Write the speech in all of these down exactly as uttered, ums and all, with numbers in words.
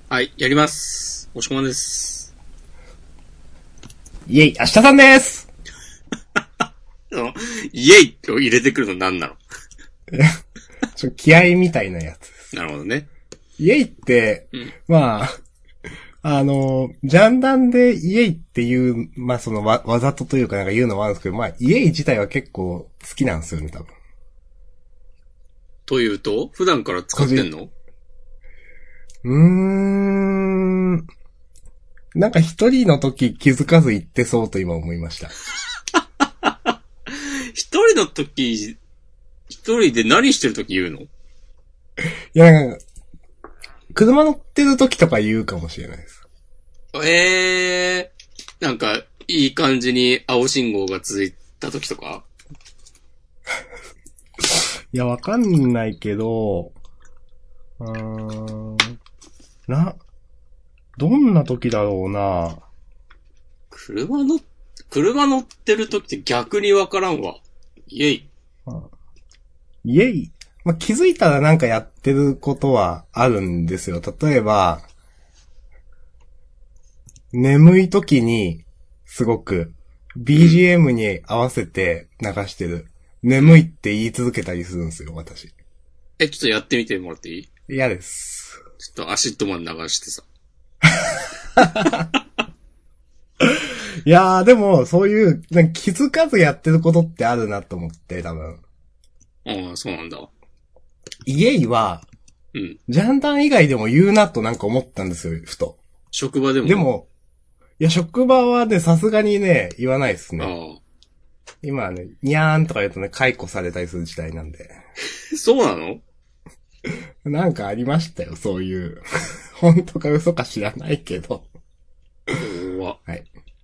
はい、やります。おしこまんです。 イェイ、明日さんです。 イェイを入れてくるの何なの？ ちょ気合みたいなやつです。 なるほどね。 イェイって、うん、まあ、あの、ジャンダンでイェイっていう、まあそのわ、わざとというかなんか言うのもあるんですけど、まあ、イェイ自体は結構好きなんですよね、多分。 というと普段から使ってんの？ うーん。なんか一人の時気づかず言ってそうと今思いました。 一人の時、一人で何してる時言うの？いや、なんか、車乗ってる時とか言うかもしれないです。 ええー、なんか、いい感じに青信号が続いた時とか？ いや、わかんないけど、うーん、な、どんな時だろうな。 車乗、車乗ってる時って逆にわからんわ。イェイ。 イェイ。まあ、気づいたらなんかやってることはあるんですよ。例えば、眠い時に、すごく、ビージーエム に合わせて流してる。眠いって言い続けたりするんですよ、私。 え、ちょっとやってみてもらっていい？ 嫌です。 ちょっとアシッドマン流してさ。 いやー、でも、そういう、なんか気づかずやってることってあるなと思って、多分。 ああ、そうなんだ。 イエイは、うん。ジャンダン以外でも言うなとなんか思ったんですよ、ふと。 職場でも？ でも、いや、職場はね、さすがにね、言わないですね。ああ。今はね、にゃーんとか言うとね、解雇されたりする時代なんで。 そうなの？ なんかありましたよ、そういう。本当か嘘か知らないけど。はい。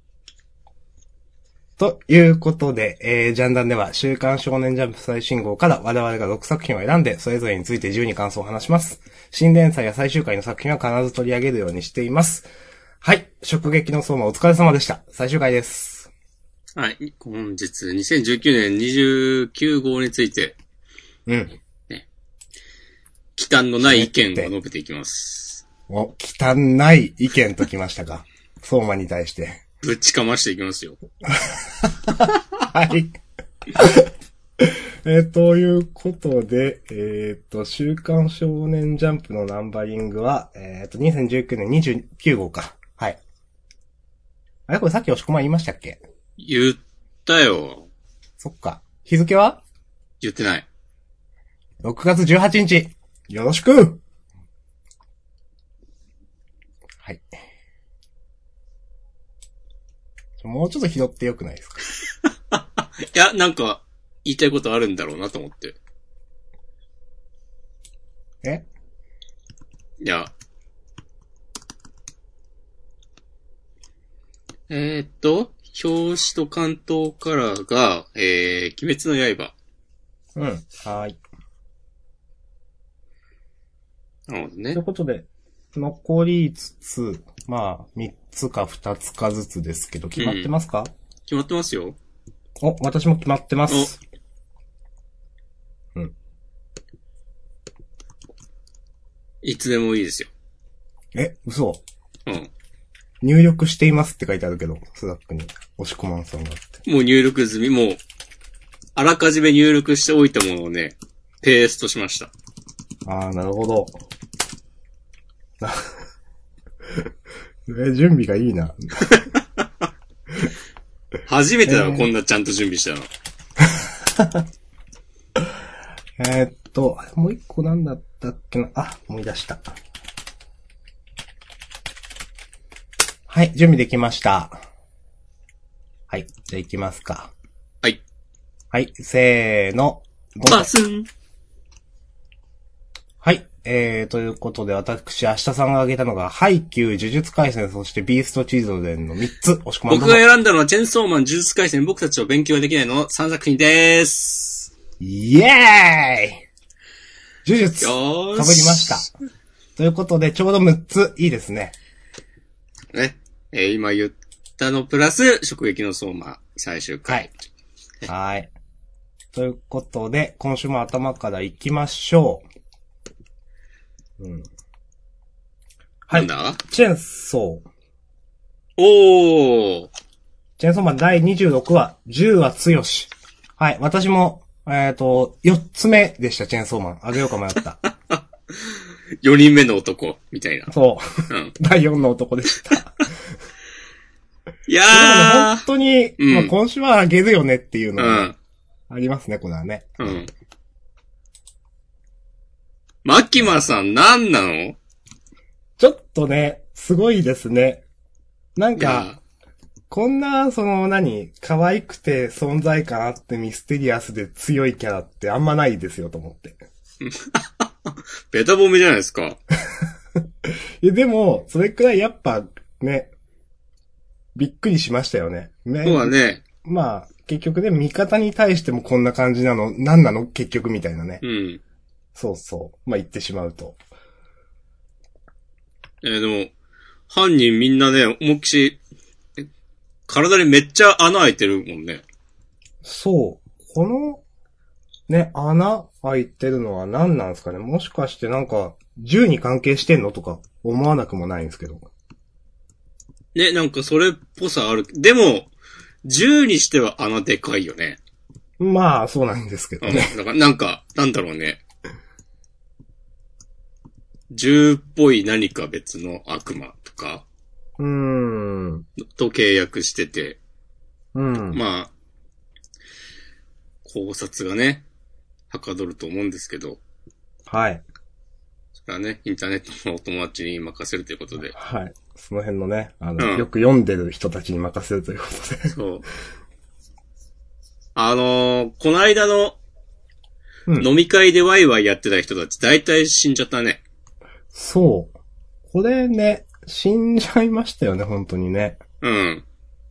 ということで、えー、ジャンダンでは週刊少年ジャンプ最新号から我々がろくさく品を選んで、それぞれについて自由に感想を話します。新連載や最終回の作品は必ず取り上げるようにしています。はい。直撃の相馬お疲れ様でした。最終回です。 はい。本日、にせんじゅうきゅうねんにじゅうきゅう号について、 うん。 ね。忌憚のない意見を述べていきます。 お、忌憚ない意見ときましたか。相馬に対して。 ぶちかましていきますよ。 はい。えー、ということで、えっ、ー、と、週刊少年ジャンプのナンバリングは、えっ、ー、と、にせんじゅうきゅうねんにじゅうきゅう号か。はい。あれこれさっき押し込ま言いましたっけ？ 言ったよ。 そっか。日付は？ 言ってない。 ろくがつじゅうはちにち。よろしく！はい。もうちょっと拾ってよくないですか？ いや、なんか、言いたいことあるんだろうなと思って。 え？ いや。えー、っと、表紙と関東カラーが、えー、鬼滅の刃。 うん。はーい。 なるほどね。 ということで、残りつつ、まあ、みっつかふたつかずつですけど、決まってますか？うん、 決まってますよ。 お、私も決まってます。うん。 いつでもいいですよ。 え、嘘？ うん。 入力していますって書いてあるけど、スラックに。押し込まんさんがって。 もう入力済み、もう、あらかじめ入力しておいたものをね、ペーストしました。 あー、なるほど。え、準備がいいな。 初めてだろ、えー、こんなちゃんと準備したの。 えっと、もう一個なんだったっけな。あ、思い出した。はい、準備できました。はい、じゃあ行きますか。 はい。 はい、せーの。 バスン。 はい、えー、ということで私、明日さんが挙げたのが、ハイキュー、呪術廻戦、そしてビーストチーズデンのみっつ、押し込まん僕が選んだのは、チェンソーマン、呪術廻戦、僕たちを勉強できないのさんさく品でーす。 イエーイ呪術よーしかぶりました。ということで、ちょうどむっつ、いいですね。 ね。えー、今言ったのプラス、直撃の相馬、最終回。 はい。はい。ということで、今週も頭から行きましょう。うん。 はい。 なんだチェーンソー。 おー。 チェーンソーマンだいにじゅうろくわ、銃は強し。はい。私も、えっと、よっつめでした、チェーンソーマン。あげようか迷った。 よにんめの男、みたいな。 そう。うん、だいよんの男でした。 いやー。 でもね、本当に、 うん、 まあ今週はあげるよねっていうのが、ありますね、これはね。 うん。マキマさん何なの？ ちょっとね、すごいですね。なんか、こんな、その何、可愛くて存在感あってミステリアスで強いキャラってあんまないですよと思って。 ベタ褒めじゃないですか。 いや、でも、それくらいやっぱ、ね、びっくりしましたよね。 ねそうだね。 まあ、結局ね、味方に対してもこんな感じなの、何なの結局みたいなね。 うん。 そうそう。まあ言ってしまうと。 えー、でも、犯人みんなね、思いっきし、体にめっちゃ穴開いてるもんね。 そう。この、ね、穴開いてるのは何なんですかね。もしかしてなんか、銃に関係してんのとか思わなくもないんですけど。 ね、なんかそれっぽさある。でも、銃にしては穴でかいよね。 まあ、そうなんですけどね。 うん、だからなんか、なんだろうね。銃っぽい何か別の悪魔とか。 うーん。 と契約してて。 うん。 まあ、考察がね、はかどると思うんですけど。 はい。 それはね、インターネットのお友達に任せるということで。 はい。その辺のね、あの、 うん、 よく読んでる人たちに任せるということで。 そう。あのー、この間の、飲み会でワイワイやってた人たち、大体死んじゃったね。 そう。これね、死んじゃいましたよね、本当にね。 うん。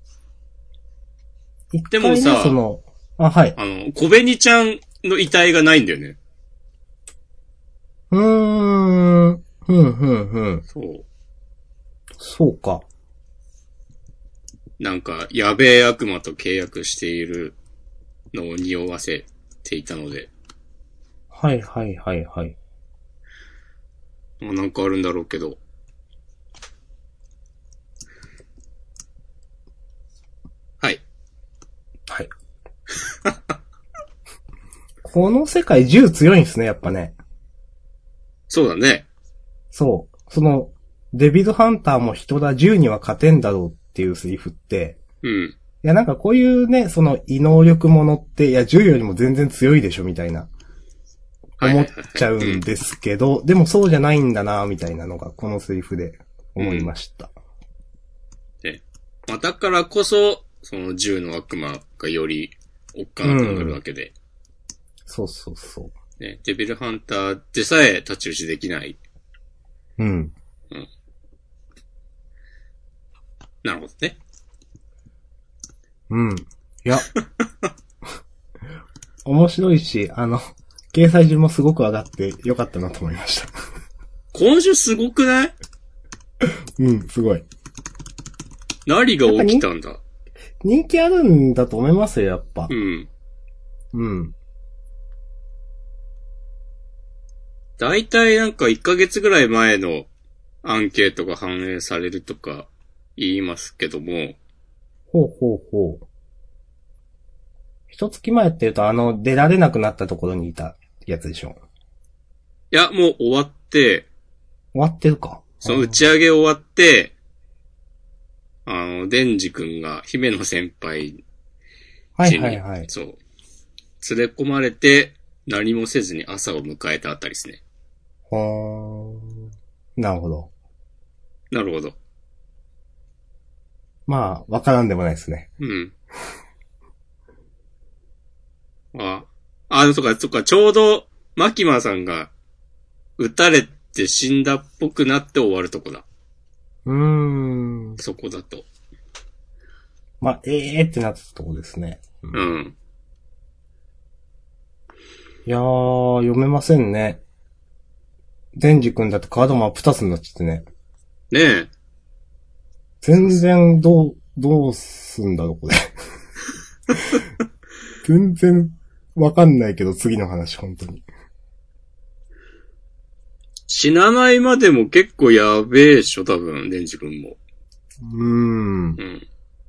でもさ、その、あ、はい。 あの、小紅ちゃんの遺体がないんだよね。 うーん。ふんふんふん。 そう。 そうか。 なんか、やべえ悪魔と契約しているのを匂わせていたので。 はいはいはいはい。 まあ、なんかあるんだろうけど。はい。 はい。この世界銃強いんですね、やっぱね。 そうだね。 そう。その、デビルハンターも人だ銃には勝てんだろうっていうセリフって、 うん。 いやなんかこういうね、その異能力ものって、いや銃よりも全然強いでしょみたいな、思っちゃうんですけど、うん、でもそうじゃないんだなみたいなのがこのセリフで思いました。 うん、ね。まあ、だからこそ、その銃の悪魔がよりおっかなくなるわけで、うん。 そうそうそう。 ね、デビルハンターでさえ太刀打ちできない。 うん。 うん。なるほどね。 うん。いや。面白いし、あの、掲載順もすごく上がってよかったなと思いました。 今週すごくない？ うん、すごい。 何が起きたんだ？ 人気あるんだと思いますよ、やっぱ。 うん。 うん。 だいたいなんかいっかげつぐらい前のアンケートが反映されるとか言いますけども。 ほうほうほう。一月前って言うとあの出られなくなったところにいたやつでしょ。 いや、もう終わって。 終わってるか。 その打ち上げ終わって、あの、デンジ君が姫野先輩はいはいはい。 そう。連れ込まれて何もせずに朝を迎えたあたりですね。 ほー。なるほど。 なるほど。 まあ、わからんでもないですね。 うん。あ、あ、そっか、そっか、ちょうど、マキマさんが、撃たれて死んだっぽくなって終わるとこだ。 うーん。 そこだと。 まあ、ええーってなってたとこですね。 うん。うん、 いやー、読めませんね。デンジ君だってカードマンプタスになっちゃってね。 ねえ。 全然、どう、どうすんだろう、これ。全然、わかんないけど、次の話、本当に。 死なないまでも結構やべえっしょ、多分、デンジ君も。 うーん。 うん。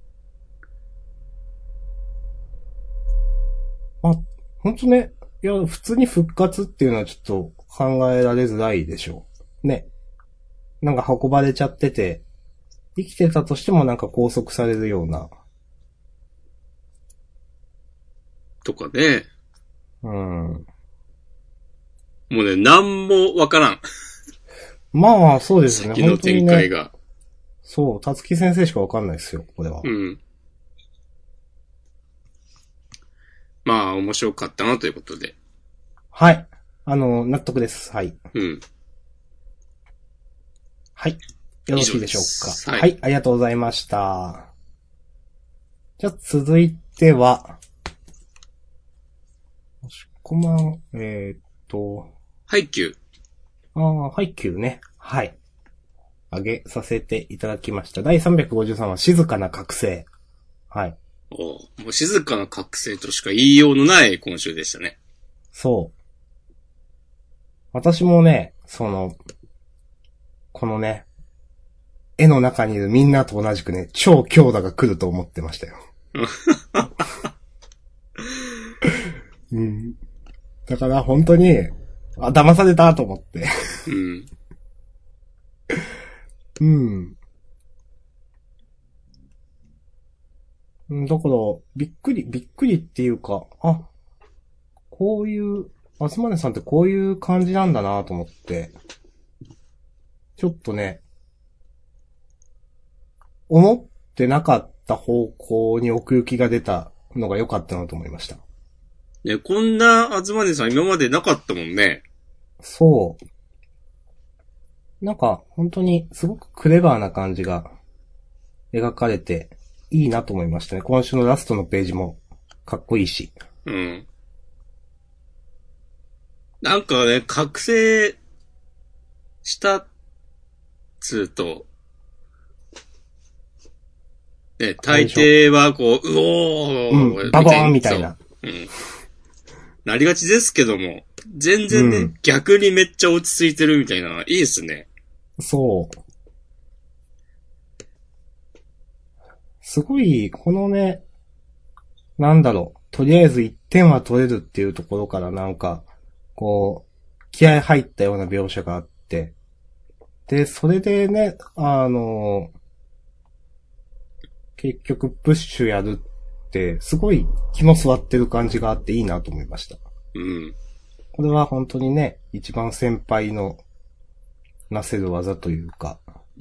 まあ、ほんとね、いや、普通に復活っていうのはちょっと考えられづらいでしょう。ね。なんか運ばれちゃってて、生きてたとしてもなんか拘束されるような。 とかね。 うん。 もうね、なんもわからん。 まあ、そうですね。 先の展開が。 ね、そう、たつき先生しかわかんないですよ、これは。 うん。まあ、面白かったなということで。 はい。あの、納得です。はい。 うん。 はい。よろしいでしょうか。はい、 はい。 ありがとうございました。じゃあ、続いては、もしこまん、えー、っと、 ハイキュー。 ああ、ハイキューね。はい。あげさせていただきました。だいさんびゃくごじゅうさんは静かな覚醒。はい。 おもう静かな覚醒としか言いようのない今週でしたね。 そう。私もね、その、このね、絵の中にいるみんなと同じくね、超強打が来ると思ってましたよ。うん。だから本当に、あ、騙されたと思って。 うん。 うん。だから、びっくり、びっくりっていうか、あ、こういう、あつまねさんってこういう感じなんだなと思って、ちょっとね、思ってなかった方向に奥行きが出たのが良かったなと思いました。 ね、こんなあずまねさん今までなかったもんね。 そう。なんか、本当にすごくクレバーな感じが描かれていいなと思いましたね。今週のラストのページもかっこいいし。 うん。なんかね、覚醒したっつうと、ね、大抵はこう、うおー、 うん、バボーンみたいな。 うん。なりがちですけども、全然ね、うん、逆にめっちゃ落ち着いてるみたいな、いいですね。 そう。すごい、このね、なんだろう、とりあえずいってんは取れるっていうところからなんか、こう、気合入ったような描写があって、で、それでね、あの、結局プッシュやるって、すごい気も座ってる感じがあっていいなと思いました。 うん。 これは本当にね、一番先輩のなせる技というか。 うん。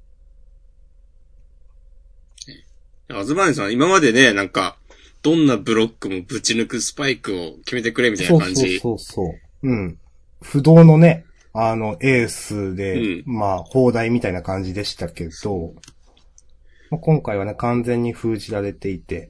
あずまねさん、今までね、なんか、どんなブロックもぶち抜くスパイクを決めてくれみたいな感じ。 そうそうそうそう。うん。不動のね、あの、エースで、うん、まあ、砲台みたいな感じでしたけど、まあ、今回はね、完全に封じられていて、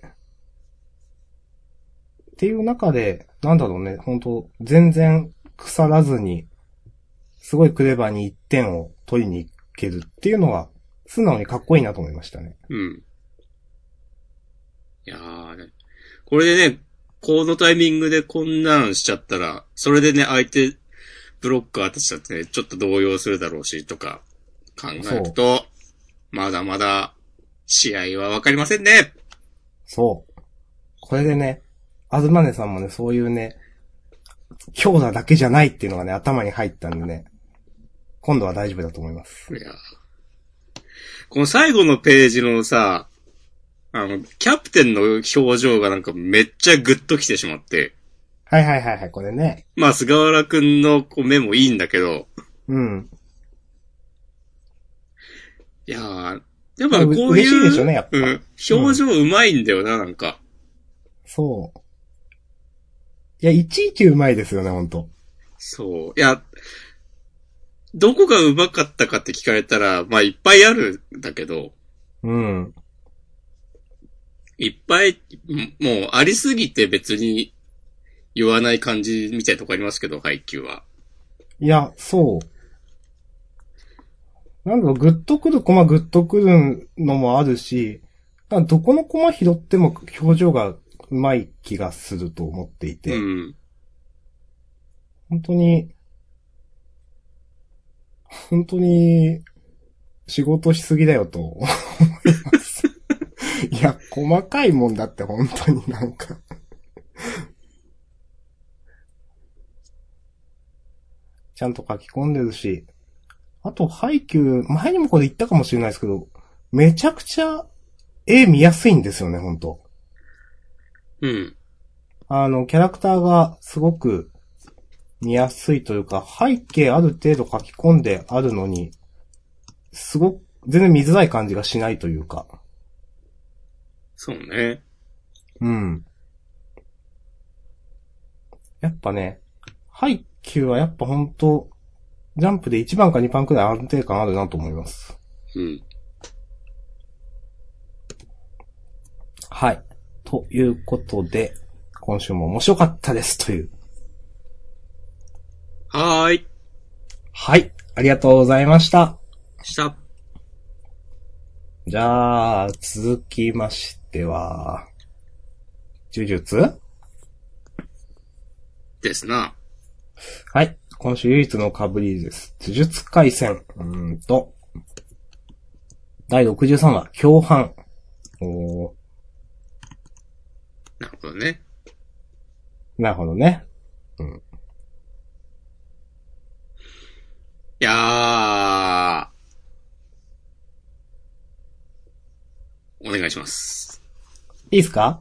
っていう中で、なんだろうね、本当全然腐らずに、すごいクレバーにいってんを取りに行けるっていうのは、素直にかっこいいなと思いましたね。 うん。いやーね。これでね、このタイミングでこんなんしちゃったら、それでね、相手、ブロッカーたちだってね、ちょっと動揺するだろうし、とか、考えると、まだまだ、試合はわかりませんね。 そう。これでね、あずまねさんもね、そういうね、強打だけじゃないっていうのがね、頭に入ったんでね、今度は大丈夫だと思います。 いや。この最後のページのさ、あの、キャプテンの表情がなんかめっちゃグッときてしまって。 はいはいはいはい、これね。 まあ、菅原くんのこう目もいいんだけど。 うん。 いやー、やっぱこういう、嬉しいでしょね、やっぱ。うん。表情うまいんだよな、うん、なんか。 そう。いや、いちいちうまいですよね、ほんと。 そう。いや、どこがうまかったかって聞かれたら、まあいっぱいあるんだけど。 うん。 いっぱい、もうありすぎて別に言わない感じみたいなとこありますけど、配球は。 いや、そう。なんだろう、グッとくるコマグッとくるのもあるし、どこのコマ拾っても表情がうまい気がすると思っていて。 うん。 本当に、 本当に、仕事しすぎだよと思います。いや、細かいもんだって本当になんかちゃんと書き込んでるし、あと、配給、前にもこれ言ったかもしれないですけど、めちゃくちゃ絵見やすいんですよね、本当。 うん。 あの、キャラクターがすごく見やすいというか、背景ある程度書き込んであるのに、すごく、全然見づらい感じがしないというか。 そうね。 うん。やっぱね、配給はやっぱ本当ジャンプでいちばんかにばんくらい安定感あるなと思います。 うん。 はい。ということで、今週も面白かったですという。 はーい。 はい。ありがとうございました。 した。 じゃあ、続きましては、呪術ですな。 はい。今週唯一の被りです。呪術廻戦。うーんと、だいろくじゅうさんわ、共犯。おー。 なるほどね。 なるほどね。うん。 いやー。お願いします。 いいですか？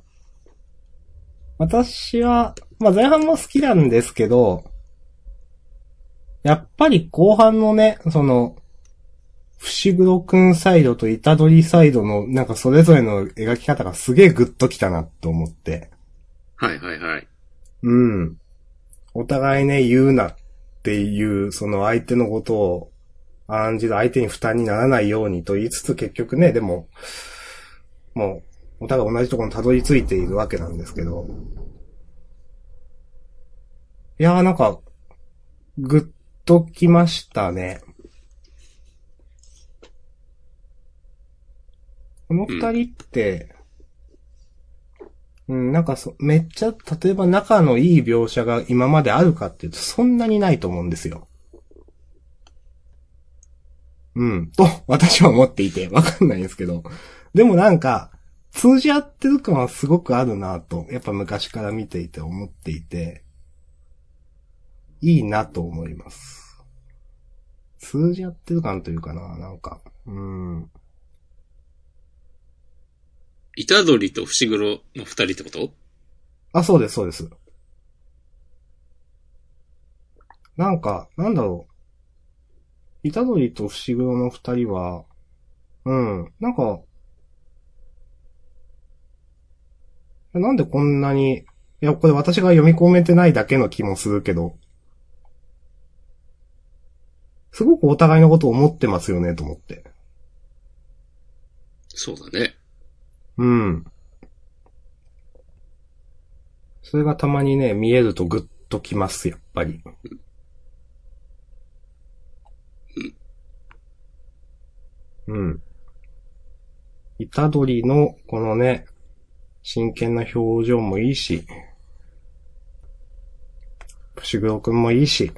私は、まあ前半も好きなんですけど、やっぱり後半のね、その、伏黒くんサイドと虎杖サイドのなんかそれぞれの描き方がすげえグッときたなと思って。 はいはいはい。 うん。お互いね、言うなっていう、その相手のことを案じる相手に負担にならないようにと言いつつ結局ね、でも、もう、お互い同じところにたどり着いているわけなんですけど。いやーなんか、グッときましたね。この二人って、うん、うん、なんかそ、めっちゃ、例えば仲のいい描写が今まであるかっていうと、そんなにないと思うんですよ。うん、と、私は思っていて、わかんないんですけど。でもなんか、通じ合ってる感はすごくあるなと、やっぱ昔から見ていて思っていて、いいなと思います。通じ合ってる感というかな、なんか、うん。 虎杖と伏黒の二人ってこと？ あ、そうです、そうです。なんか、なんだろう。虎杖と伏黒の二人は、うん、なんか、なんでこんなに、いや、これ私が読み込めてないだけの気もするけど、すごくお互いのことを思ってますよね、と思って。 そうだね。 うん。それがたまにね、見えるとグッときます、やっぱり。うん。虎杖の、このね、真剣な表情もいいし、伏黒くんもいいし、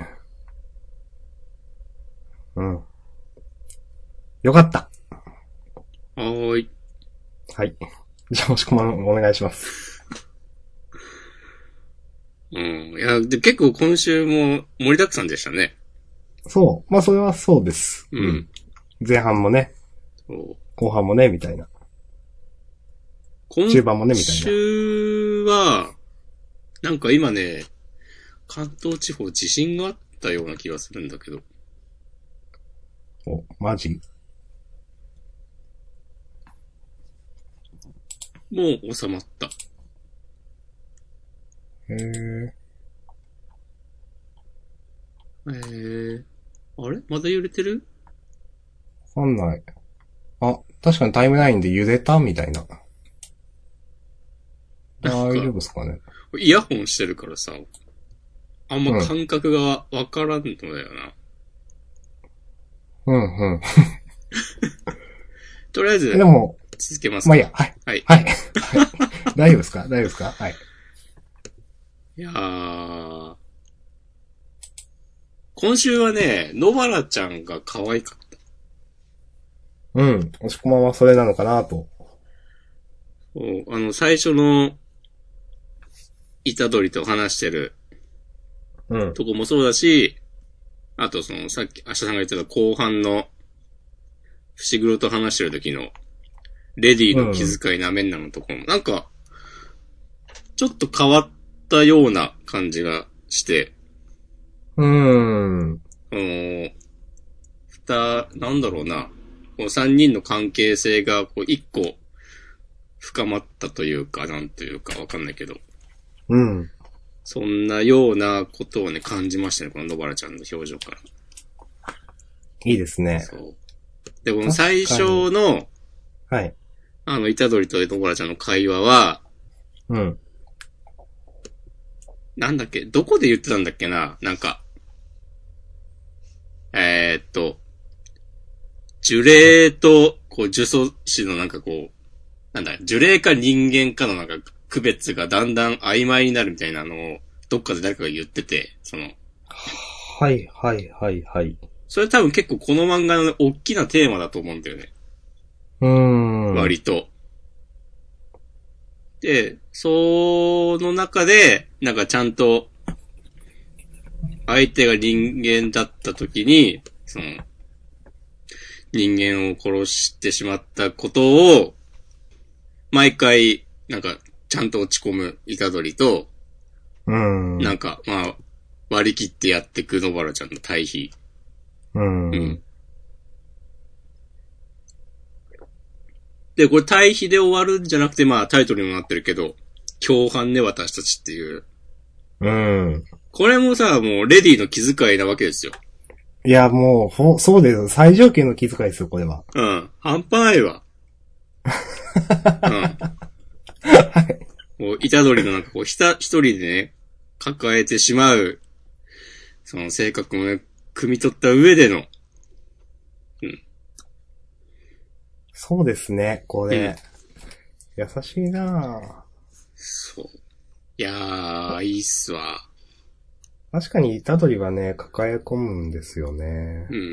うん。よかった。 はーい。 はい。じゃあ、もしくもお願いします。 うん。いや、で、結構今週も盛りだくさんでしたね。 そう。まあ、それはそうです。 うん。うん、 前半もね、後半もね、みたいな。中盤もね、みたいな。 今週は、なんか今ね、関東地方地震があったような気がするんだけど。 お、マジ？ もう収まった。 へえ。 えー、あれまだ揺れてる？ わかんない。あ、確かにタイムラインで揺れたみたいな。大丈夫ですかね。 イヤホンしてるからさ、あんま感覚がわからんのだよな。 うん、うん、うん。 とりあえず、 でも、 続けますか。 まあいいや、はい。 はい。 はい。大丈夫ですか？大丈夫ですか？はい。 いやー。 今週はね、野原ちゃんが可愛かった。 うん。押し込まんはそれなのかなと。 あの、最初の、虎杖と話してる、 うん。 とこもそうだし、あとその、さっき、明日さんが言ってた後半の、伏黒と話してる時の、レディの気遣いなめんなのところも、うん、なんか、ちょっと変わったような感じがして、 うーん。 あの、ふた、なんだろうな、こう三人の関係性が、こう、一個、深まったというか、なんというかわかんないけど。 うん。 そんなようなことをね、感じましたね、この野原ちゃんの表情から。 いいですね。 そう。で、この最初の、 はい。 あの、虎杖と野原ちゃんの会話は、 うん。 なんだっけ、どこで言ってたんだっけな、なんか、えー、っと、呪霊と、こう、呪詛師のなんかこう、なんだ、呪霊か人間かのなんか区別がだんだん曖昧になるみたいなのを、どっかで誰かが言ってて、その。 はいはいはいはい。 それ多分結構この漫画の、ね、大きなテーマだと思うんだよね。 うーん。 割と。で、その中で、なんかちゃんと、相手が人間だった時に、その、人間を殺してしまったことを、毎回、なんか、ちゃんと落ち込む虎杖と、 うん。 なんか、まあ、割り切ってやってく野原ちゃんの対比。 うん。 うん。で、これ対比で終わるんじゃなくて、まあタイトルにもなってるけど、共犯ね私たちっていう。 うん。 これもさ、もうレディの気遣いなわけですよ。 いや、もう、ほ、そうです。最上級の気遣いですよ、これは。 うん。半端ないわ。うん。 はい。 もう、虎杖のなんかこう、ひた、一人でね、抱えてしまう、その性格をね、汲み取った上での、うん。 そうですね、これ。うん、優しいなぁ。 そう。いやー、いいっすわ。 確かに、虎杖はね、抱え込むんですよね。 うん。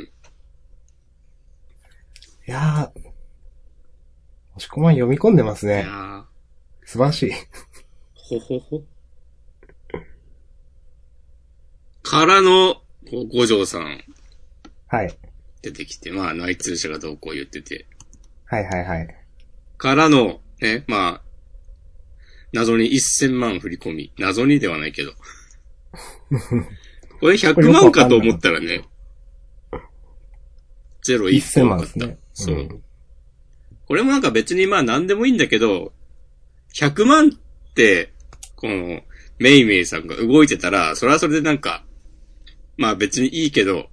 いやー、押し込まん読み込んでますね。 いやー。 素晴らしい。 ほほほ。からの、五条さん。 はい。 出てきて、まあ、内通者がどうこう言ってて。 はいはいはい。 からの、ね、まあ、謎にせんまん振り込み。謎にではないけど。これひゃくまんかと思ったらね。ゼロいっこ多かった。ね、そう、うん。これもなんか別にまあ何でもいいんだけど、ひゃくまんって、この、メイメイさんが動いてたら、それはそれでなんか、まあ別にいいけど、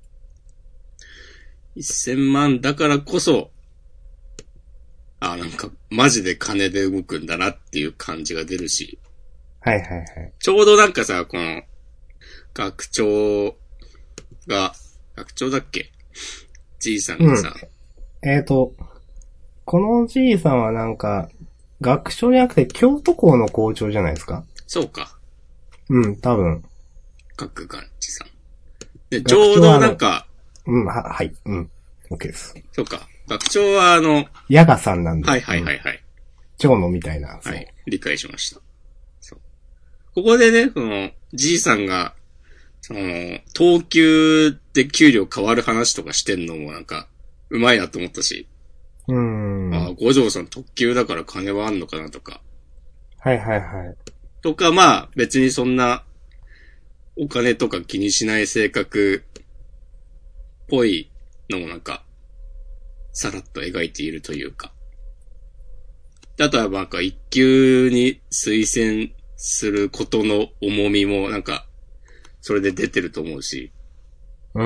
せんまんだからこそ、あ、なんか、マジで金で動くんだなっていう感じが出るし。 はいはいはい。 ちょうどなんかさ、この、学長が、学長だっけ？じいさんがさ。 うん、えっと、このじいさんはなんか、学長じゃなくて京都校の校長じゃないですか？ そうか。 うん、多分。 学館寺さん。で、ちょうどなんか、 うん、は、はい、うん。OK です。 そうか。学長はあの、 ヤガさんなんで。 はいはいはいはい。 長野みたいな。 はい。理解しました。そう。ここでね、その、じいさんが、その、等級で給料変わる話とかしてんのもなんか、うまいなと思ったし。 うーん。 ああ、五条さん特級だから金はあんのかなとか。 はいはいはい。 とか、まあ、別にそんな、お金とか気にしない性格、っぽいのもなんか、さらっと描いているというか。あとはなんか一級に推薦することの重みもなんか、それで出てると思うし。 うん。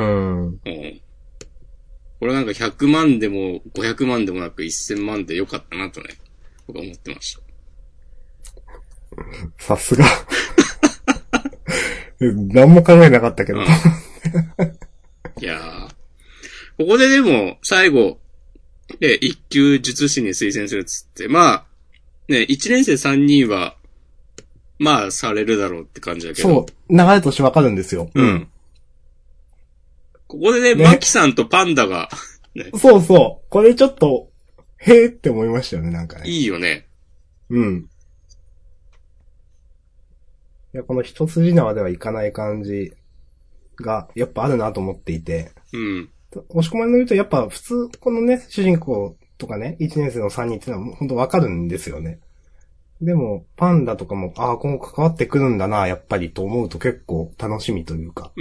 うん。 これなんかひゃくまんでもごひゃくまんでもなくせんまんでよかったなとね、僕は思ってました。 さすが。何も考えなかったけど。うん、 いやー。ここででも、最後、で、一級術師に推薦するっつって、まあ、ね、一年生三人は、まあ、されるだろうって感じだけど。 そう、流れとしてわかるんですよ。 うん。 ここでね、 ねマキさんとパンダが、ね、 そうそう。これちょっと、へーって思いましたよね、なんかね。 いいよね。 うん。いや、この一筋縄ではいかない感じが、やっぱあるなと思っていて。 うん。 押し込まれの言うと、やっぱ普通、このね、主人公とかね、一年生の三人っていうのは本当わかるんですよね。でも、パンダとかも、ああ、今後関わってくるんだな、やっぱりと思うと結構楽しみというか。 うん。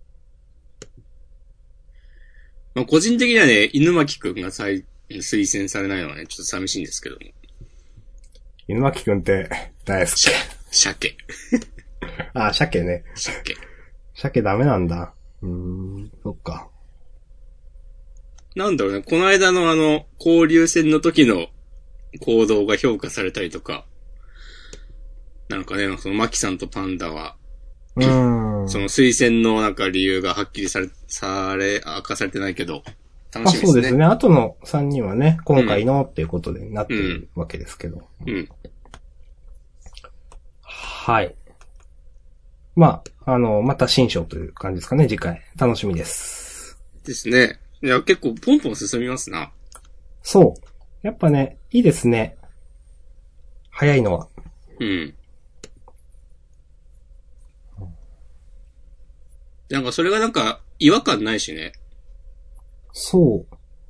まあ、個人的にはね、犬巻くんが再推薦されないのはね、ちょっと寂しいんですけども。 犬巻くんって誰ですしゃか？、 鮭。 ああ、鮭ね。 鮭。 鮭ダメなんだ。うーん、そっか。 なんだろうね、この間のあの、交流戦の時の行動が評価されたりとか、なんかね、そのマキさんとパンダは、 うーん。 その推薦のなんか理由がはっきりされ、され、明かされてないけど、楽まあしみですね。 そうですね。あとのさんにんはね、今回のっていうことでなってるわけですけど。 うん。 はい。まあ、あの、また新章という感じですかね、次回。楽しみです。 ですね。いや、結構ポンポン進みますな。 そう。やっぱね、いいですね。早いのは。 うん。なんかそれがなんか違和感ないしね。 そう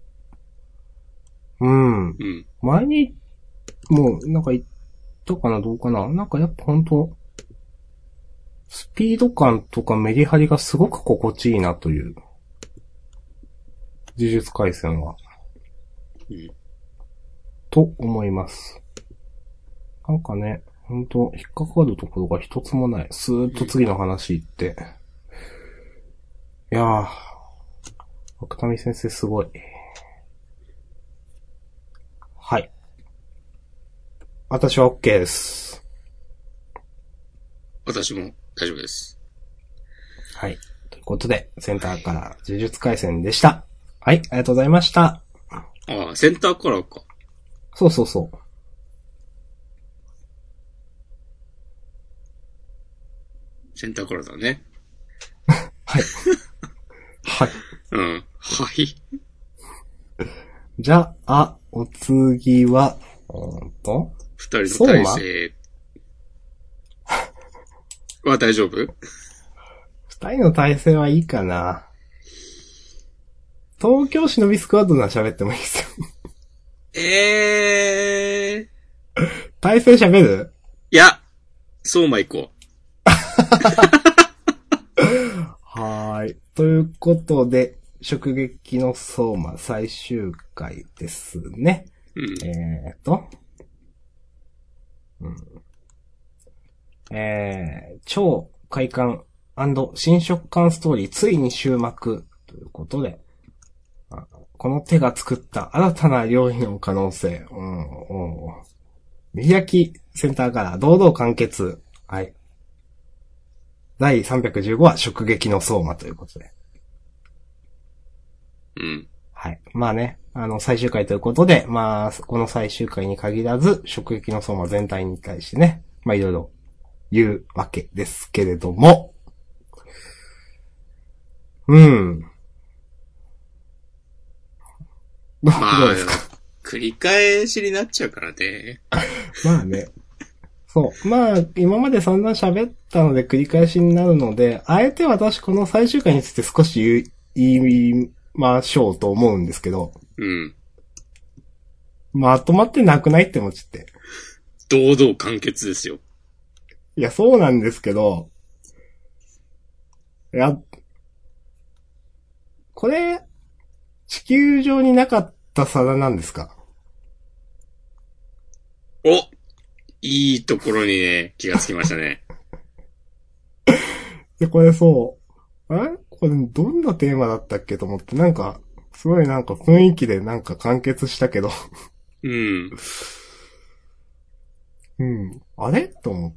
。うん。 うん。 前に、もう、なんか言ったかな、どうかな。なんかやっぱほんと、スピード感とかメリハリがすごく心地いいなという。呪術廻戦は。 うん。 と思います。なんかね、ほんと、引っかかるところが一つもない。スーッと次の話行って。いやー、奥民先生すごい。はい。私は OK です。 私も大丈夫です。 はい。ということで、センターから呪術廻戦でした。はい、ありがとうございました。 ああ、センターカラーか。 そうそうそう。 センターカラーだね。 はい。はい。 うん。はい。 じゃあ、お次は、うんと、 二人の体制は大丈夫？ 二人の体制はいいかな。東京忍びスクワッドなら喋ってもいいですよ。 えー。 体制喋る？ いや、そうま行こはーい。ということで、直撃の相馬最終回ですね。 う。うん。 えーと、うん、えー、超快感&新食感ストーリーついに終幕ということで、この手が作った新たな料理の可能性。うん、うん。見焼きセンターから堂々完結。はい。だいさんびゃくじゅうごは直撃の相馬ということで。 うん。 はい。まあね、あの、最終回ということで、まあ、この最終回に限らず、直撃の相馬全体に対してね、まあいろいろ言うわけですけれども、うん。どうまあ、 ですか？ 繰り返しになっちゃうからね。 まあね。そう。まあ、今まで散々喋ったので繰り返しになるので、あえて私この最終回について少し言い、言いましょうと思うんですけど、 うん。 まとまってなくないって思っちゃって。 堂々完結ですよ。 いや、そうなんですけど、いや、これ、地球上になかった皿なんですか？ お、いいところにね、気がつきましたね。 で、これそう、あれこれどんなテーマだったっけと思って、なんか、すごいなんか雰囲気でなんか完結したけど、 うん。 うん、あれと思って。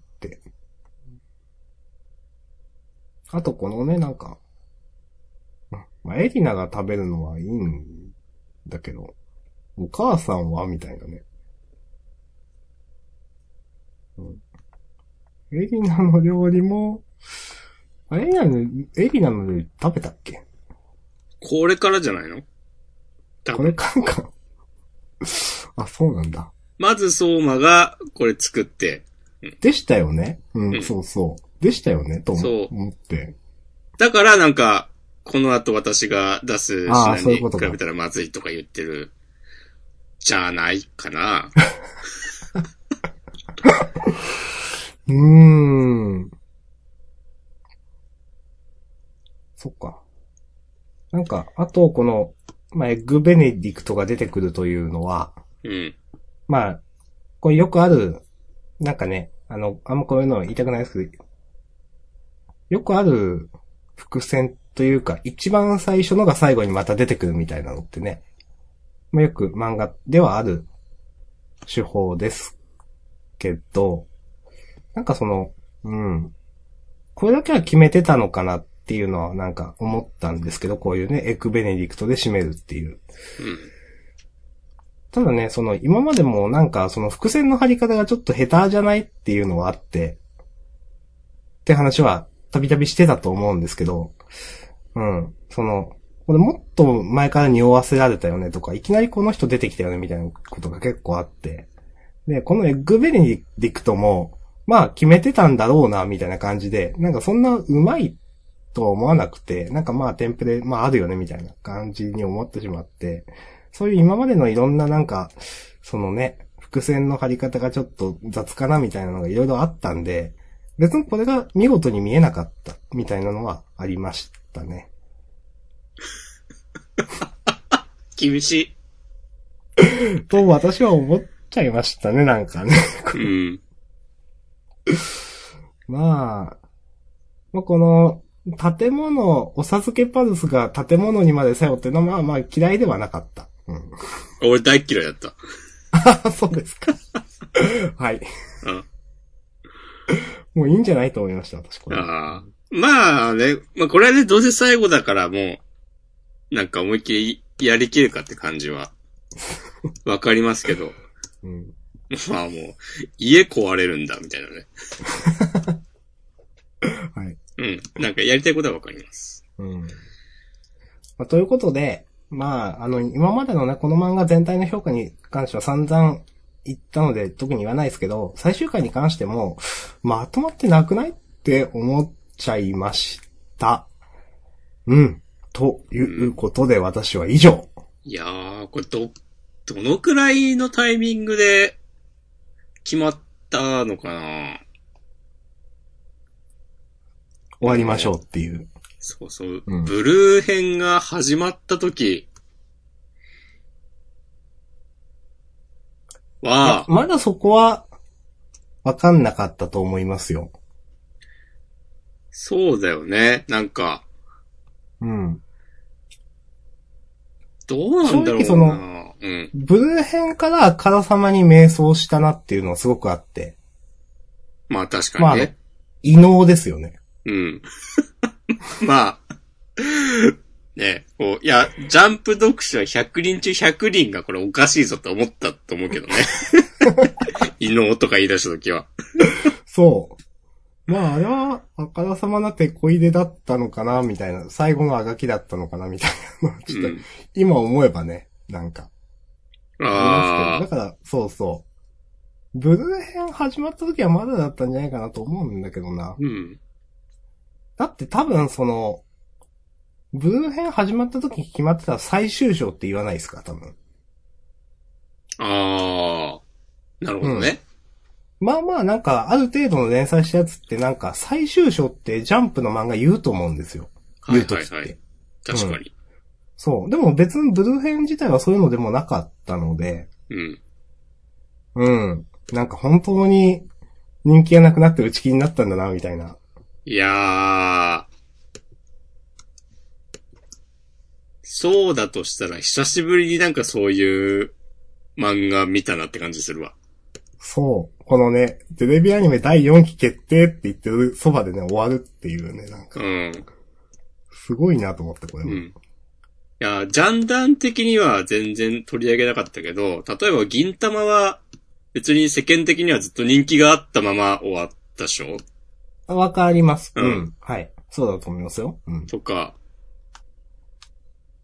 あとこのね、なんか、まあ、エリナが食べるのはいいんだけど、お母さんはみたいなね。うん、エリナの料理も、あれエリナの、エリナの料理食べたっけ？ これからじゃないの？多分これからか。あ、そうなんだ。 まず相馬がこれ作って。 うん、でしたよね。うん、 うん、 そうそう。でしたよね、とそう思って。 だからなんか、この後私が出す品に比べたらまずいとか言ってる、じゃないかな。 うーん。そっか。なんか、あと、この、まあ、エッグベネディクトが出てくるというのは、 うん。 まあ、これよくある、なんかね、あの、あんまこういうの言いたくないですけど、よくある伏線というか、一番最初のが最後にまた出てくるみたいなのってね、まあ、よく漫画ではある手法ですけど、なんかその、うん。これだけは決めてたのかなっていうのはなんか思ったんですけど、こういうね、エッグベネディクトで締めるっていう。 うん、 ただね、その今までもなんかその伏線の張り方がちょっと下手じゃないっていうのはあって、って話はたびたびしてたと思うんですけど、うん。その、これもっと前から匂わせられたよねとか、いきなりこの人出てきたよねみたいなことが結構あって、で、このエッグベネディクトも、まあ決めてたんだろうな、みたいな感じで、なんかそんな上手いとは思わなくて、なんかまあテンプレ、まああるよね、みたいな感じに思ってしまって、そういう今までのいろんななんか、そのね、伏線の張り方がちょっと雑かな、みたいなのがいろいろあったんで、別にこれが見事に見えなかった、みたいなのはありましたね。 厳しい。と私は思っちゃいましたね、なんかね。 うん。 まあ、まあ、この、建物、お授けパルスが建物にまで作用っていうのはまあまあ嫌いではなかった。うん、 俺大嫌いだった。 あ、そうですか。はい。 うん。 もういいんじゃないと思いました、私これ。 ああ。まあね、まあこれはね、どうせ最後だからもう、なんか思いっきりやりきるかって感じは、わかりますけど。 うん、 まあもう、家壊れるんだ、みたいなね。 はい。 うん。なんかやりたいことはわかります。 うん。まあ、ということで、まあ、あの、今までのね、この漫画全体の評価に関しては散々言ったので、特に言わないですけど、最終回に関しても、まとまってなくないって思っちゃいました。うん。ということで、私は以上。 いやー、これど、どのくらいのタイミングで決まったのかな？ 終わりましょうっていう。 そうそう。 うん、 ブルー編が始まった時は、 まだそこは、わかんなかったと思いますよ。 そうだよね。なんか。 うん。 どうなんだろうな。正直その、うん。 ブルー編からあからさまに迷走したなっていうのはすごくあって。 まあ確かにね。 まあ、異能ですよね。 うん。まあ、ね、こう、いや、ジャンプ読者ひゃくにん中ひゃくにんがこれおかしいぞって思ったと思うけどね。異能とか言い出した時は。そう。 まあ、あれは、あからさまな手こ入れだったのかな、みたいな。最後のあがきだったのかな、みたいなの。ちょっと、うん、今思えばね、なんか。 ああ。 だから、そうそう。ブルー編始まった時はまだだったんじゃないかなと思うんだけどな。 うん。 だって多分その、ブルー編始まった時に決まってたら最終章って言わないですか、多分。 ああ。なるほどね。 うん、まあまあなんか、ある程度の連載したやつってなんか、最終章ってジャンプの漫画言うと思うんですよ。言うときって。はいはいはい。 確かに、うん。 そう。でも別にブルー編自体はそういうのでもなかったので。 うん。 うん。なんか本当に人気がなくなって打ち切りになったんだな、みたいな。 いやー。そうだとしたら久しぶりになんかそういう漫画見たなって感じするわ。 そう。このね、テレビアニメだいよんき決定って言ってるそばでね、終わるっていうね、なんか。 うん。 すごいなと思って、これも。 うん。いや、ジャンダン的には全然取り上げなかったけど、例えば銀玉は別に世間的にはずっと人気があったまま終わったでしょ？ わかります。 うん。 うん。はい。そうだと思いますよ。うん。 とか、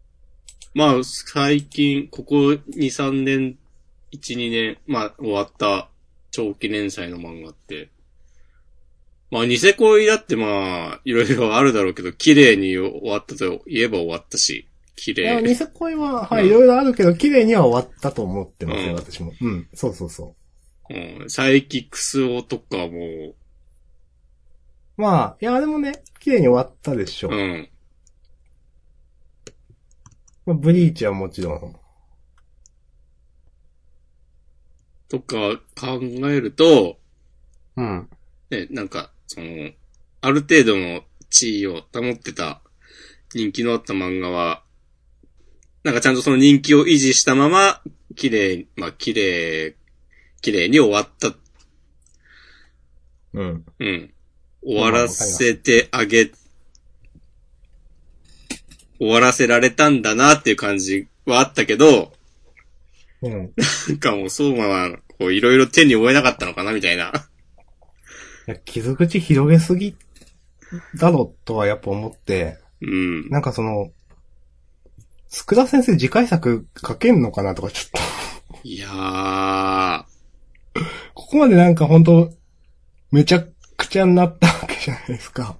まあ、最近、ここに、さんねん、いち、にねん、まあ、終わった長期連載の漫画って、まあ、ニセ恋だってまあ、いろいろあるだろうけど、綺麗に終わったと言えば終わったし、綺いや、 麗。 ニセ恋は、はい、 うんいろいろあるけど、綺麗には終わったと思ってますよ、 うん私も。うん、そうそうそうん、サイキックスオとかも、 う。まあ、いや、でもね、綺麗に終わったでしょ。 うん。 まあ、ブリーチはもちろん。 とか考えると、 うん。 ね、なんか、その、ある程度の地位を保ってた人気のあった漫画は、なんかちゃんとその人気を維持したまま、綺麗、まあ綺麗、綺麗に終わった。 うん。 うん。終わらせてあげ、終わらせられたんだなっていう感じはあったけど、 うん。 なんかもう相馬は、こういろいろ手に負えなかったのかなみたいな。 いや、傷口広げすぎだろとはやっぱ思って、 うん。 なんかその、佃先生次回作書けんのかなとかちょっといやー。 ここまでなんかほんと、めちゃくちゃになったわけじゃないですか。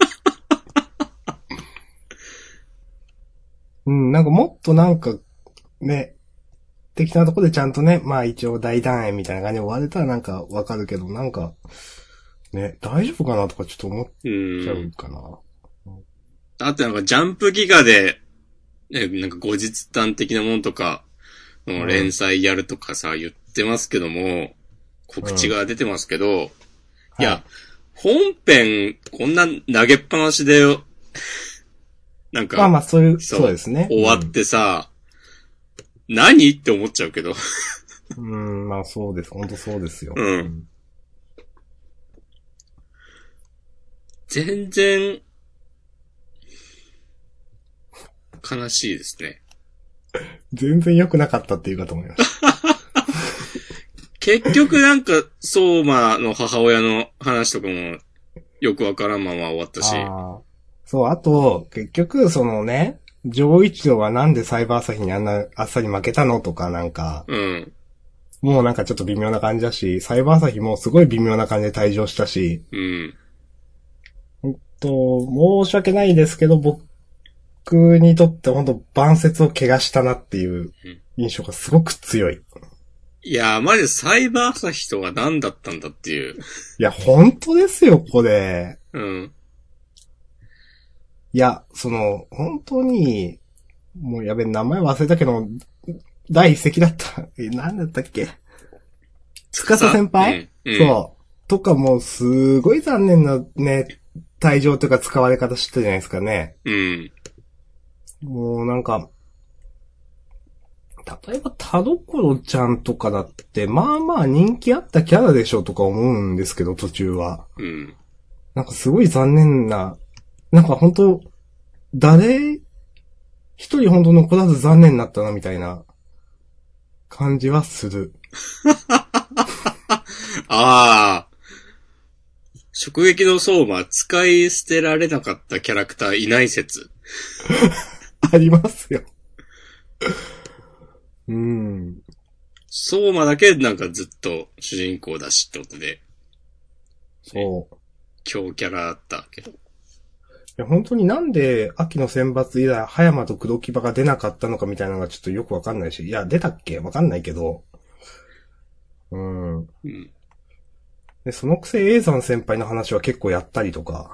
うん、なんかもっとなんか、ね、適当なとこでちゃんとね、まあ一応大団円みたいな感じで終われたらなんかわかるけど、なんか、ね、大丈夫かなとかちょっと思っちゃうかな。 あとなんかジャンプギガで、ね、なんか後日談的なものとか、うん、連載やるとかさ、言ってますけども、告知が出てますけど、うん、いや、はい、本編、こんな投げっぱなしで、なんか、 まあまあそういう、そうですね。 終わってさ、うん、何って思っちゃうけど。 うん、まあそうです。本当そうですよ。 うん。うん、全然、悲しいですね。 全然良くなかったっていうかと思いました。 結局なんか、相馬の母親の話とかも、よくわからんまま終わったし。 あそう、あと、結局、そのね、上一郎はなんでサイバー朝日にあんなあっさり負けたのとかなんか、 うん。 もうなんかちょっと微妙な感じだし、サイバー朝日もすごい微妙な感じで退場したし、 うん。 ほんと、申し訳ないですけど、僕にとってほんと晩節を怪我したなっていう印象がすごく強い。 いや、マジでサイバー朝日とは何だったんだっていう。 いや、本当ですよ、これ。 うん。 いや、その、本当に、もうやべ、名前忘れたけど、第一席だった。え、なんだったっけつかさ先輩、うんうん、そう。とかもうすごい残念なね、退場というか使われ方してたじゃないですかね。 うん。 もうなんか、例えば田所ちゃんとかだって、まあまあ人気あったキャラでしょとか思うんですけど、途中は。 うん。 なんかすごい残念な、なんか本当誰一人本当残らず残念になったなみたいな感じはする。 ああ。直撃の相馬、使い捨てられなかったキャラクターいない説。 ありますよ。うん。 相馬だけなんかずっと主人公だしってことで。 そう。 強キャラだったけど。いや本当になんで秋の選抜以来、葉山と黒木場が出なかったのかみたいなのがちょっとよくわかんないし。いや、出たっけわかんないけど。うん。うん。で、そのくせ、永山先輩の話は結構やったりとか。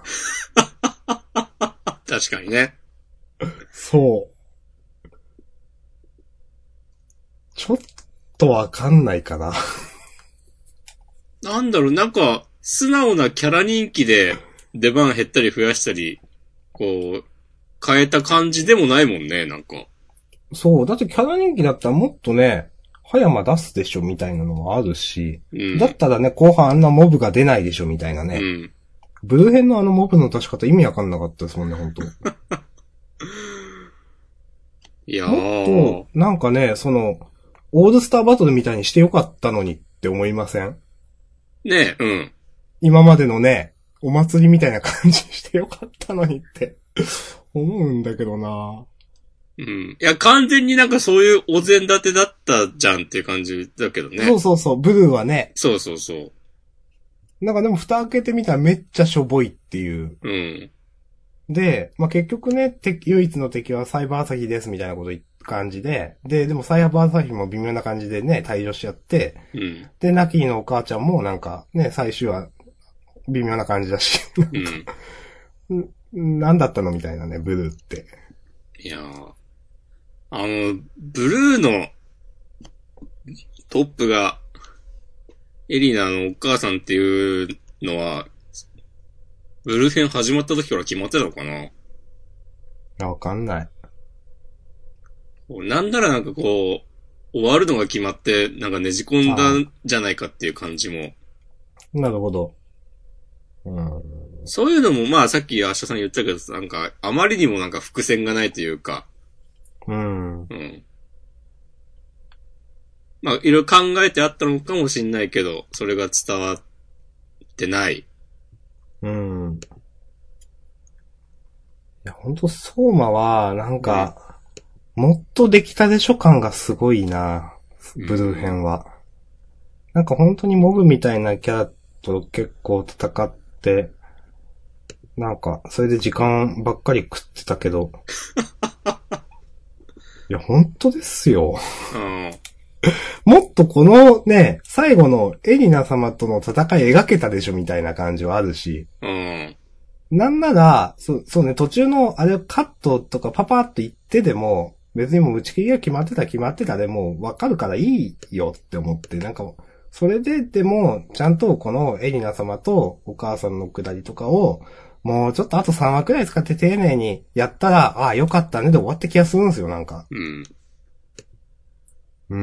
確かにね。 そう。ちょっとわかんないかな。 なんだろう、なんか、素直なキャラ人気で出番減ったり増やしたり、こう、変えた感じでもないもんね、なんか。 そう、だってキャラ人気だったらもっとね、葉山出すでしょみたいなのもあるし、うん、だったらね、後半あんなモブが出ないでしょみたいなね。うん、ブルー編のあのモブの出し方意味わかんなかったですもんね、ほんと。 いやー。 もっと、なんかね、その、オールスターバトルみたいにしてよかったのにって思いません？ ねえ、うん。 今までのね、お祭りみたいな感じしてよかったのにって思うんだけどな。 うん。いや、完全になんかそういうお膳立てだったじゃんっていう感じだけどね。 そうそうそう、ブルーはね。 そうそうそう。 なんかでも蓋開けてみたらめっちゃしょぼいっていう。 うん。 で、まあ、結局ね、敵、唯一の敵はサイバー朝日ですみたいなこと言った感じで、で、でもサイバー朝日も微妙な感じでね、退場しちゃって、 うん。 で、ナキーのお母ちゃんもなんかね、最終は微妙な感じだし、 うん。 んなんだったのみたいなね、ブルーって。 いやー。あの、ブルーのトップが、エリナのお母さんっていうのは、ブルー編始まった時から決まってたのかな？ わかんない。 なんならなんかこう、終わるのが決まって、なんかねじ込んだんじゃないかっていう感じも。 なるほど。うん、 そういうのもまあさっき明日さん言ったけど、なんかあまりにもなんか伏線がないというか。 うん。 うん。まあいろいろ考えてあったのかもしんないけど、それが伝わってない。 うん。いや、ほんと、相馬は、なんか、うん、もっとできたでしょ感がすごいな、ブルー編は。うん、なんか本当にモブみたいなキャラと結構戦って、なんか、それで時間ばっかり食ってたけど。いや、本当ですよ。 うん、 もっとこのね、最後のエリナ様との戦い描けたでしょみたいな感じはあるし。 うん、 なんなら、そう、そうね、途中のあれカットとかパパッと言ってでも、別にもう打ち切りが決まってた決まってたでもわかるからいいよって思って、なんか、それででも、ちゃんとこのエリナ様とお母さんのくだりとかを、もうちょっとあとさんわくらい使って丁寧にやったら、ああ、よかったねで終わった気がするんですよ、なんか。 うん。 うん。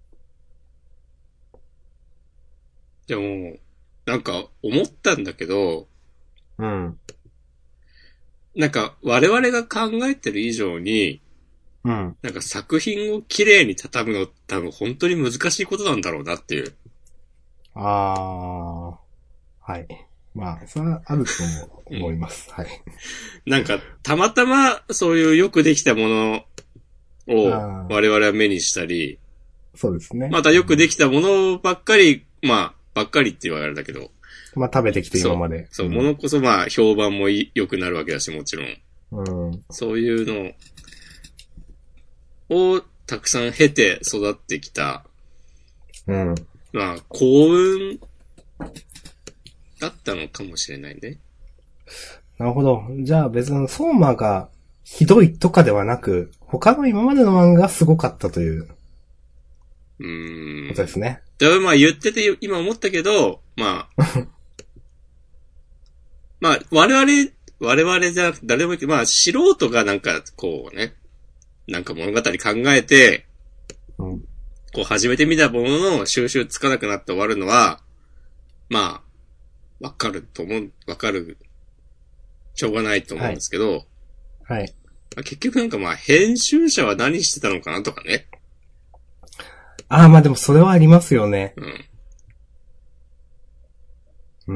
でも、なんか思ったんだけど、 うん。 なんか我々が考えてる以上に、 うん。 なんか作品を綺麗に畳むの多分本当に難しいことなんだろうなっていう。 ああ、はい。まあ、それはあると思います。うん、はい。 なんか、たまたまそういうよくできたものを我々は目にしたり、 そうですね。 またよくできたものばっかり、まあ、ばっかりって言われたけど。 まあ食べてきて今まで。 そう、そう、うん、ものこそまあ評判も良くなるわけだし、もちろん。 うん。 そういうのをたくさん経て育ってきた。 うん。 まあ、幸運だったのかもしれないね。 なるほど。じゃあ別に相馬がひどいとかではなく、他の今までの漫画がすごかったという。 うーん。 ことですね。 だからまあ言ってて今思ったけど、まあ。まあ、我々、我々じゃなくて誰でもいいけど、まあ素人がなんかこうね、なんか物語考えて、 うん、 こう始めてみたものの収集つかなくなって終わるのは、まあ、わかると思う、わかる、しょうがないと思うんですけど、 はい。はい、 結局なんかまあ編集者は何してたのかなとかね。 ああ、まあでもそれはありますよね。 うん。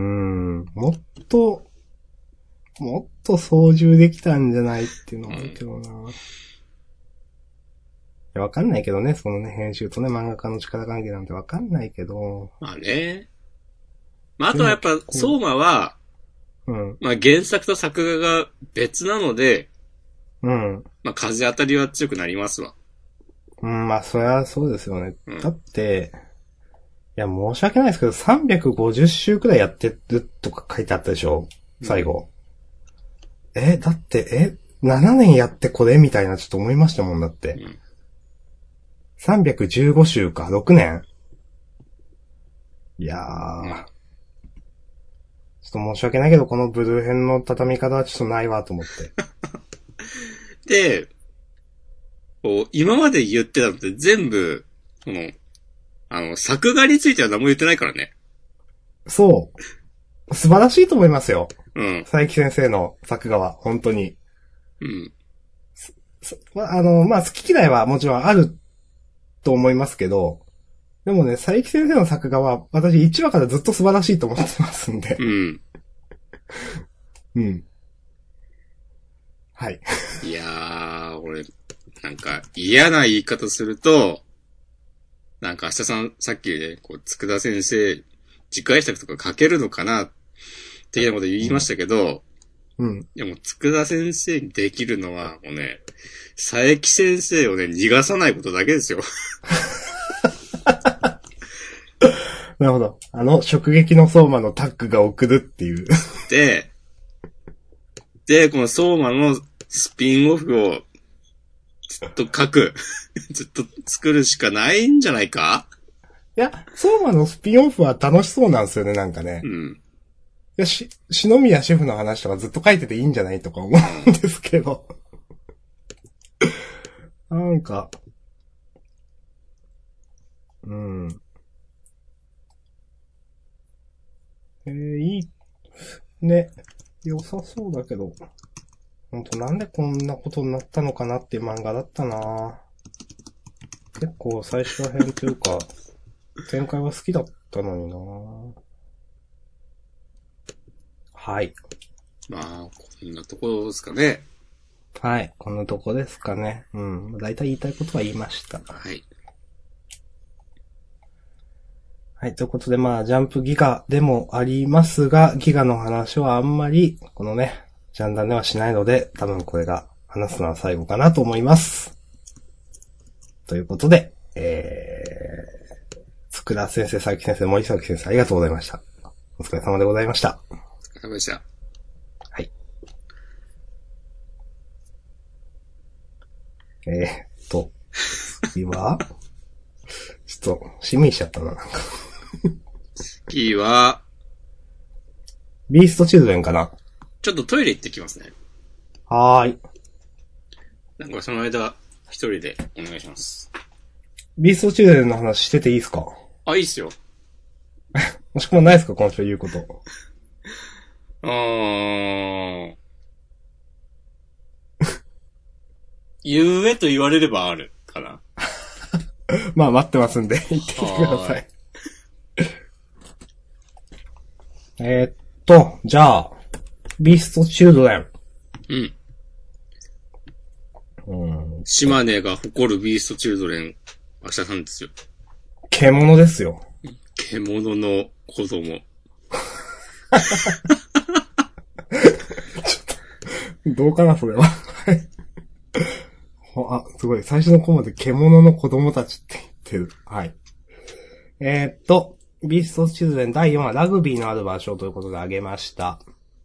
うーん、もっと、もっと操縦できたんじゃないっていうのもあるけどな。うん、いや、わかんないけどね、そのね、編集とね、漫画家の力関係なんてわかんないけど。 まあね。まあ、あとはやっぱ、相馬は、うん。まあ原作と作画が別なので、 うん。 まあ風当たりは強くなりますわ。 うん、まあそりゃそうですよね。うん、だって、いや、申し訳ないですけど、さんびゃくごじゅっ週くらいやってるとか書いてあったでしょ最後。うん、え、だって、え、ななねんやってこれみたいなちょっと思いましたもんだって。うん、さんびゃくじゅうご週か、ろくねんいやー。うんちょっと申し訳ないけど、このブルー編の畳み方はちょっとないわと思って 。で、こう、今まで言ってたのって全部、この、あの、作画については何も言ってないからね。 そう。素晴らしいと思いますよ。 うん。 佐伯先生の作画は、本当に。 うん。 まあ、あの、まあ、好き嫌いはもちろんあると思いますけど、でもね、佐伯先生の作画は、私いちわからずっと素晴らしいと思ってますんで。 うん。 うん。 はい。 いやー、俺、なんか嫌な言い方すると、なんか明日さん、さっきね、こう、佃先生、次回作とか書けるのかな、的なこと言いましたけど、 うん。 でも、佃先生にできるのは、もうね、佐伯先生をね、逃がさないことだけですよ。 なるほど。あの、直撃の相馬のタッグが送るっていう。 で、で、この相馬のスピンオフをずっと書く。ずっと作るしかないんじゃないか？ いや、相馬のスピンオフは楽しそうなんですよね、なんかね。 うん。 いや、し、篠宮シェフの話とかずっと書いてていいんじゃないとか思うんですけど。なんか、うん。えー、いい、ね、良さそうだけど、ほんとなんでこんなことになったのかなっていう漫画だったな。結構最初ら辺というか、前回は好きだったのにな。はい。 まあ、こんなところですかね。 はい。こんなとこですかね。うん。だいたい言いたいことは言いました。 はい。 はい。ということで、まあ、ジャンプギガでもありますが、ギガの話はあんまり、このね、ジャンダンではしないので、多分これが話すのは最後かなと思います。ということで、えー、つくら先生、佐伯先生、森崎先生、ありがとうございました。お疲れ様でございました。 お疲れ様でした。 はい。えー、っと、次はちょっと、しみしちゃったな、なんか。 次は、 ビーストチルドレンかな。 ちょっとトイレ行ってきますね。 はーい。 なんかその間、一人でお願いします。 ビーストチルドレンの話してていいですか？ あ、いいっすよ。 もしくはないですか、この人言うこと。 あー。言えと言われればあるかな。 まあ待ってますんで、言ってきてください。えーっと、じゃあ、ビーストチルドレン。 うん。 うん。 島根が誇るビーストチルドレン、明日さんですよ。 獣ですよ。 獣の子供。ちょっと、どうかな、それは。あ、すごい。最初のコマで獣の子供たちって言ってる。はい。えー、っと、ビーストチルドレンだいよんわラグビーのある場所ということで挙げました。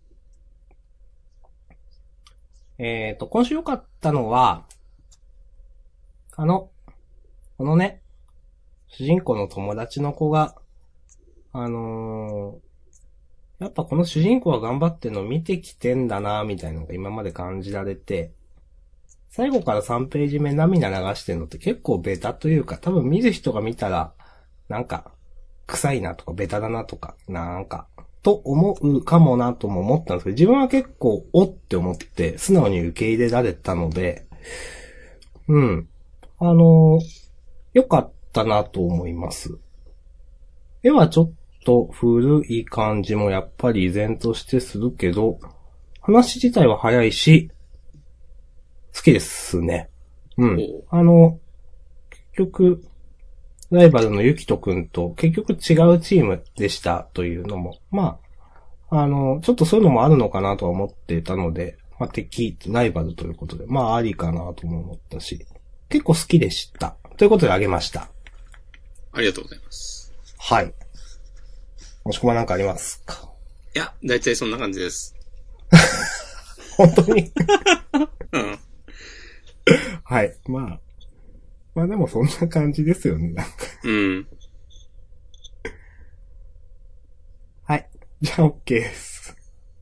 えー、っと、今週良かったのは、あの、このね、主人公の友達の子が、あのー、やっぱこの主人公が頑張ってるのを見てきてんだなみたいなのが今まで感じられて、最後からさんページ目涙流してるのって結構ベタというか、多分見る人が見たら、なんか、臭いなとかベタだなとか、なんか、と思うかもなとも思ったんですけど、自分は結構おって思って素直に受け入れられたので、うん。あのー、良かったなと思います。絵はちょっと古い感じもやっぱり依然としてするけど、話自体は早いし、好きですね。うん。あの、結局、ライバルのゆきとくんと結局違うチームでしたというのも、まあ、あの、ちょっとそういうのもあるのかなとは思っていたので、まあ、敵、ライバルということで、まあ、ありかなとも思ったし、結構好きでした。ということであげました。 ありがとうございます。 はい。もしくはなんかありますか？ いや、だいたいそんな感じです。 本当にうん。 はい。まあ。まあでもそんな感じですよね、なんか。 うん。 はい。じゃあ OK です。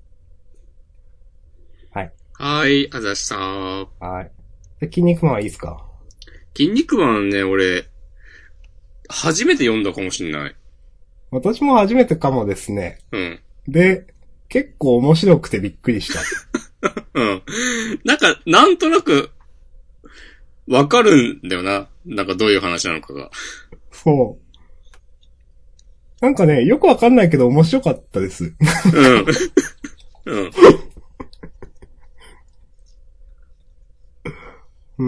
はい。 はい、あざしたー。 はい。で、筋肉マンはいいですか？ 筋肉マンね、俺、初めて読んだかもしんない。 私も初めてかもですね。 うん。 で、結構面白くてびっくりした。 うん。なんか、なんとなく、わかるんだよな。なんかどういう話なのかが。 そう。なんかね、よくわかんないけど面白かったです。 うん。うん。 うん。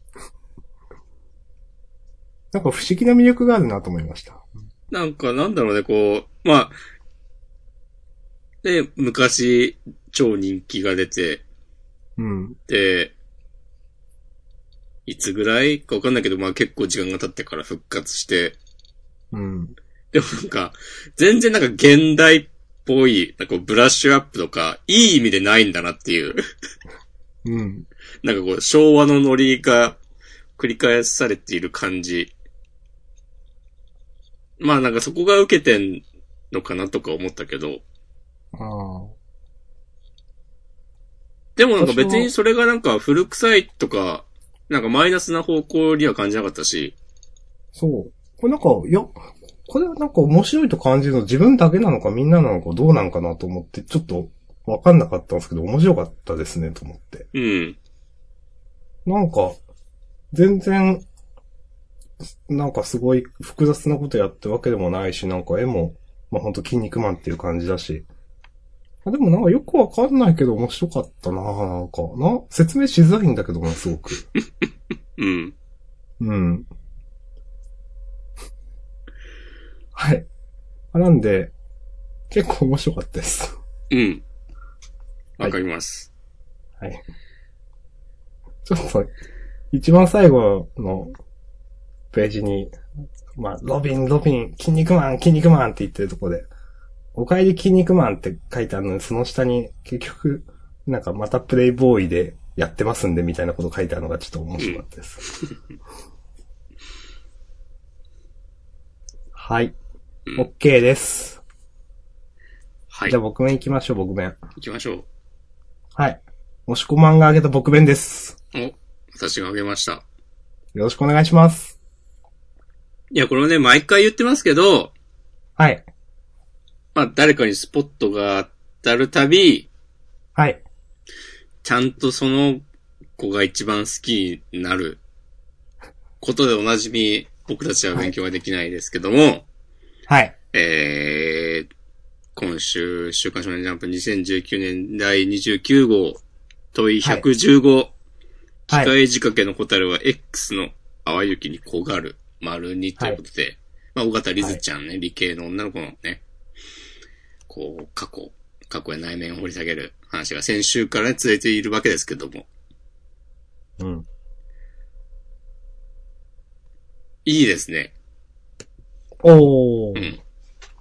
なんか不思議な魅力があるなと思いました。 なんかなんだろうね、こう、まあ、で、昔、超人気が出て、 うん。 で、いつぐらいかわかんないけど、まあ結構時間が経ってから復活して、 うん。 でもなんか、全然なんか現代っぽい、なんかブラッシュアップとか、いい意味でないんだなっていう。 うん。 なんかこう、昭和のノリが繰り返されている感じ。まあなんかそこが受けてんのかなとか思ったけど。 ああ。 でもなんか別にそれがなんか古臭いとか、なんかマイナスな方向には感じなかったし。 そう。これなんか、いや、これはなんか面白いと感じるの自分だけなのかみんななのかどうなんかなと思って、ちょっとわかんなかったんですけど、面白かったですね、と思って。 うん。 なんか、全然、なんかすごい複雑なことやってるわけでもないし、なんか絵も、まあほんと筋肉マンっていう感じだし。あでもなんかよくわかんないけど面白かったななんか。な、説明しづらいんだけどな、すごく。 うん。 うん。はい。なんで、結構面白かったです。 うん。わかります。 はい。はい、ちょっと、一番最後のページに、まあ、ロビン、ロビン、筋肉マン、筋肉マンって言ってるとこで、お帰り筋肉マンって書いてあるのに、その下に結局、なんかまたプレイボーイでやってますんでみたいなこと書いてあるのがちょっと面白かったです。うん、はい。うん、OK です。はい。じゃあ僕弁行きましょう、僕弁。 行きましょう。 はい。もしこまんがあげた僕弁です。 お、私があげました。 よろしくお願いします。 いや、これね、毎回言ってますけど、 はい。 まあ、誰かにスポットが当たるたび、 はい。 ちゃんとその子が一番好きになることでおなじみ、僕たちは勉強はできないですけども、 はい。 えー、今週、週刊少年ジャンプにせんじゅうきゅうねんだいにじゅうきゅうごう、問いひゃくじゅうご、はい、機械仕掛けのホタルは X の淡雪に焦がる、丸にということで、はい、まあ、尾形りずちゃんね、はい、理系の女の子のね、こう、過去、過去や内面を掘り下げる話が先週から、ね、続いているわけですけども。 うん。 いいですね。 おー。うん。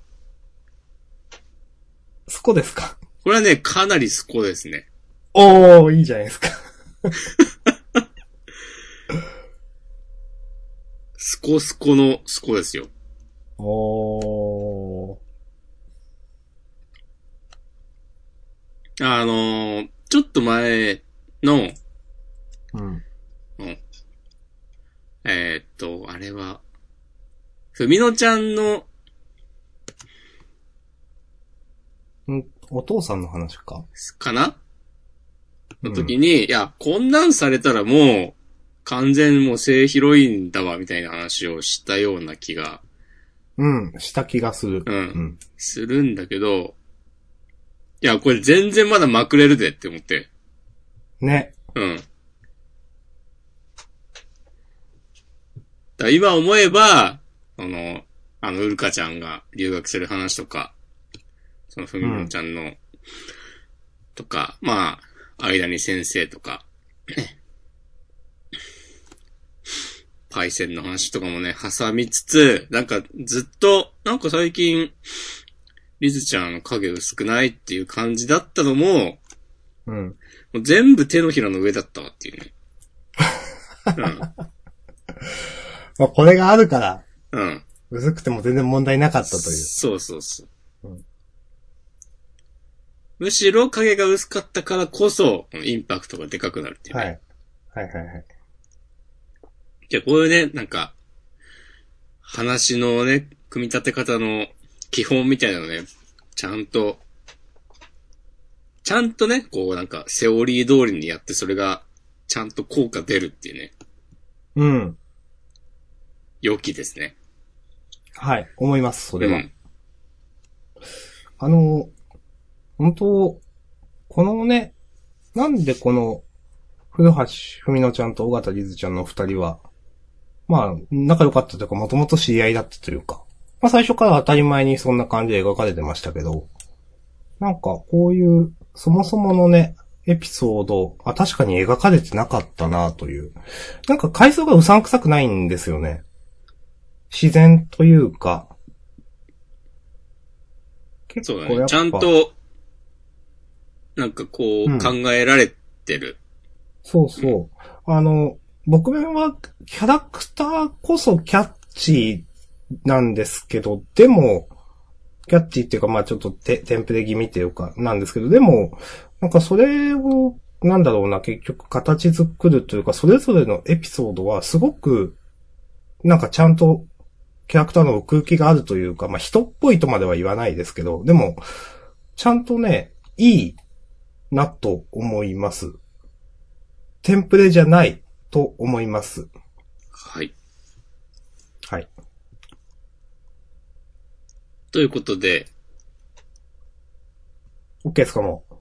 スコですか？ これはね、かなりスコですね。 おー、いいじゃないですか。 スコスコのスコですよ。 おー。 あのー、ちょっと前の、うん。うん。えー、っと、あれは、ふみのちゃんの、 ん、お父さんの話かかなの時に、うん、いや、こんなんされたらもう、完全もう性ヒロインだわ、みたいな話をしたような気が。 うん、した気がする。 うん。うん、するんだけど、いや、これ全然まだまくれるでって思って。 ね。 うん。だ今思えば、その、あの、ウルカちゃんが留学する話とか、そのふみのちゃんの、うん、とか、まあ、間に先生とか、パイセンの話とかもね、挟みつつ、なんかずっと、なんか最近、リズちゃんの影薄くないっていう感じだったのも、 うん。もう全部手のひらの上だったわっていうね。うん。 まあこれがあるから、 うん。 薄くても全然問題なかったという。 そうそうそう。 うん、 むしろ影が薄かったからこそ、インパクトがでかくなるっていうね。 はい。はいはいはい。 じゃあこういうね、なんか、話のね、組み立て方の基本みたいなのね、ちゃんと、ちゃんとね、こうなんか、セオリー通りにやってそれが、ちゃんと効果出るっていうね。 うん。 良きですね。 はい、思います、それは。うん、あの、本当このね、なんでこの、 古橋文乃ちゃんと尾形りずちゃんの二人は、まあ、仲良かったというか、もともと知り合いだったというか、まあ最初から当たり前にそんな感じで描かれてましたけど、なんかこういう、そもそものね、エピソード、あ、確かに描かれてなかったなという。なんか回想がうさんくさくないんですよね。自然というか。 結構やっぱそうだね。ちゃんと、なんかこう、考えられてる。 そうそう。あの、僕はキャラクターこそキャッチーなんですけど、でも、キャッチーっていうかまあちょっとテテンプレ気味っていうかなんですけど、でも、なんかそれを、なんだろうな、結局形作るというか、それぞれのエピソードはすごく、なんかちゃんとキャラクターの奥行きがあるというか、まあ人っぽいとまでは言わないですけど、でも、ちゃんとね、いいなと思います。テンプレじゃないと思います。 はい。 はい。 ということで。 OK ですかも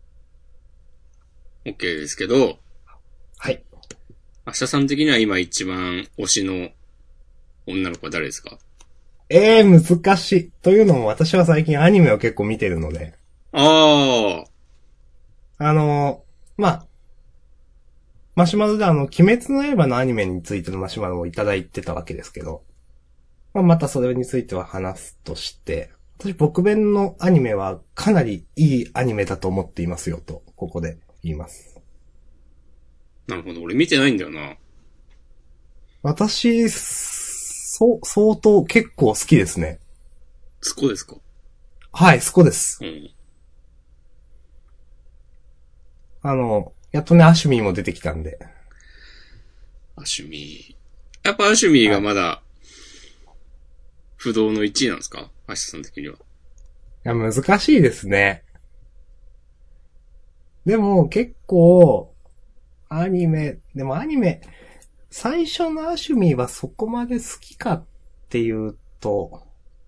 う。OK ですけど。 はい。 明日さん的には今一番推しの女の子は誰ですか？ ええー、難しい。というのも私は最近アニメを結構見てるので。 ああ。あの、まあ、マシュマロであの、鬼滅の刃のアニメについてのマシュマロをいただいてたわけですけど、まあ、またそれについては話すとして、私、僕弁のアニメはかなりいいアニメだと思っていますよと、ここで言います。 なるほど、俺見てないんだよな。 私、そう、相当結構好きですね。 スコですか？ はい、スコです。 うん。 あの、やっとね、アシュミーも出てきたんで。 アシュミー。やっぱアシュミーがまだ、不動のいちいなんですか？アシュさん的には。いや、難しいですね。でも、結構、アニメ、でもアニメ、最初のアシュミーはそこまで好きかっていうと、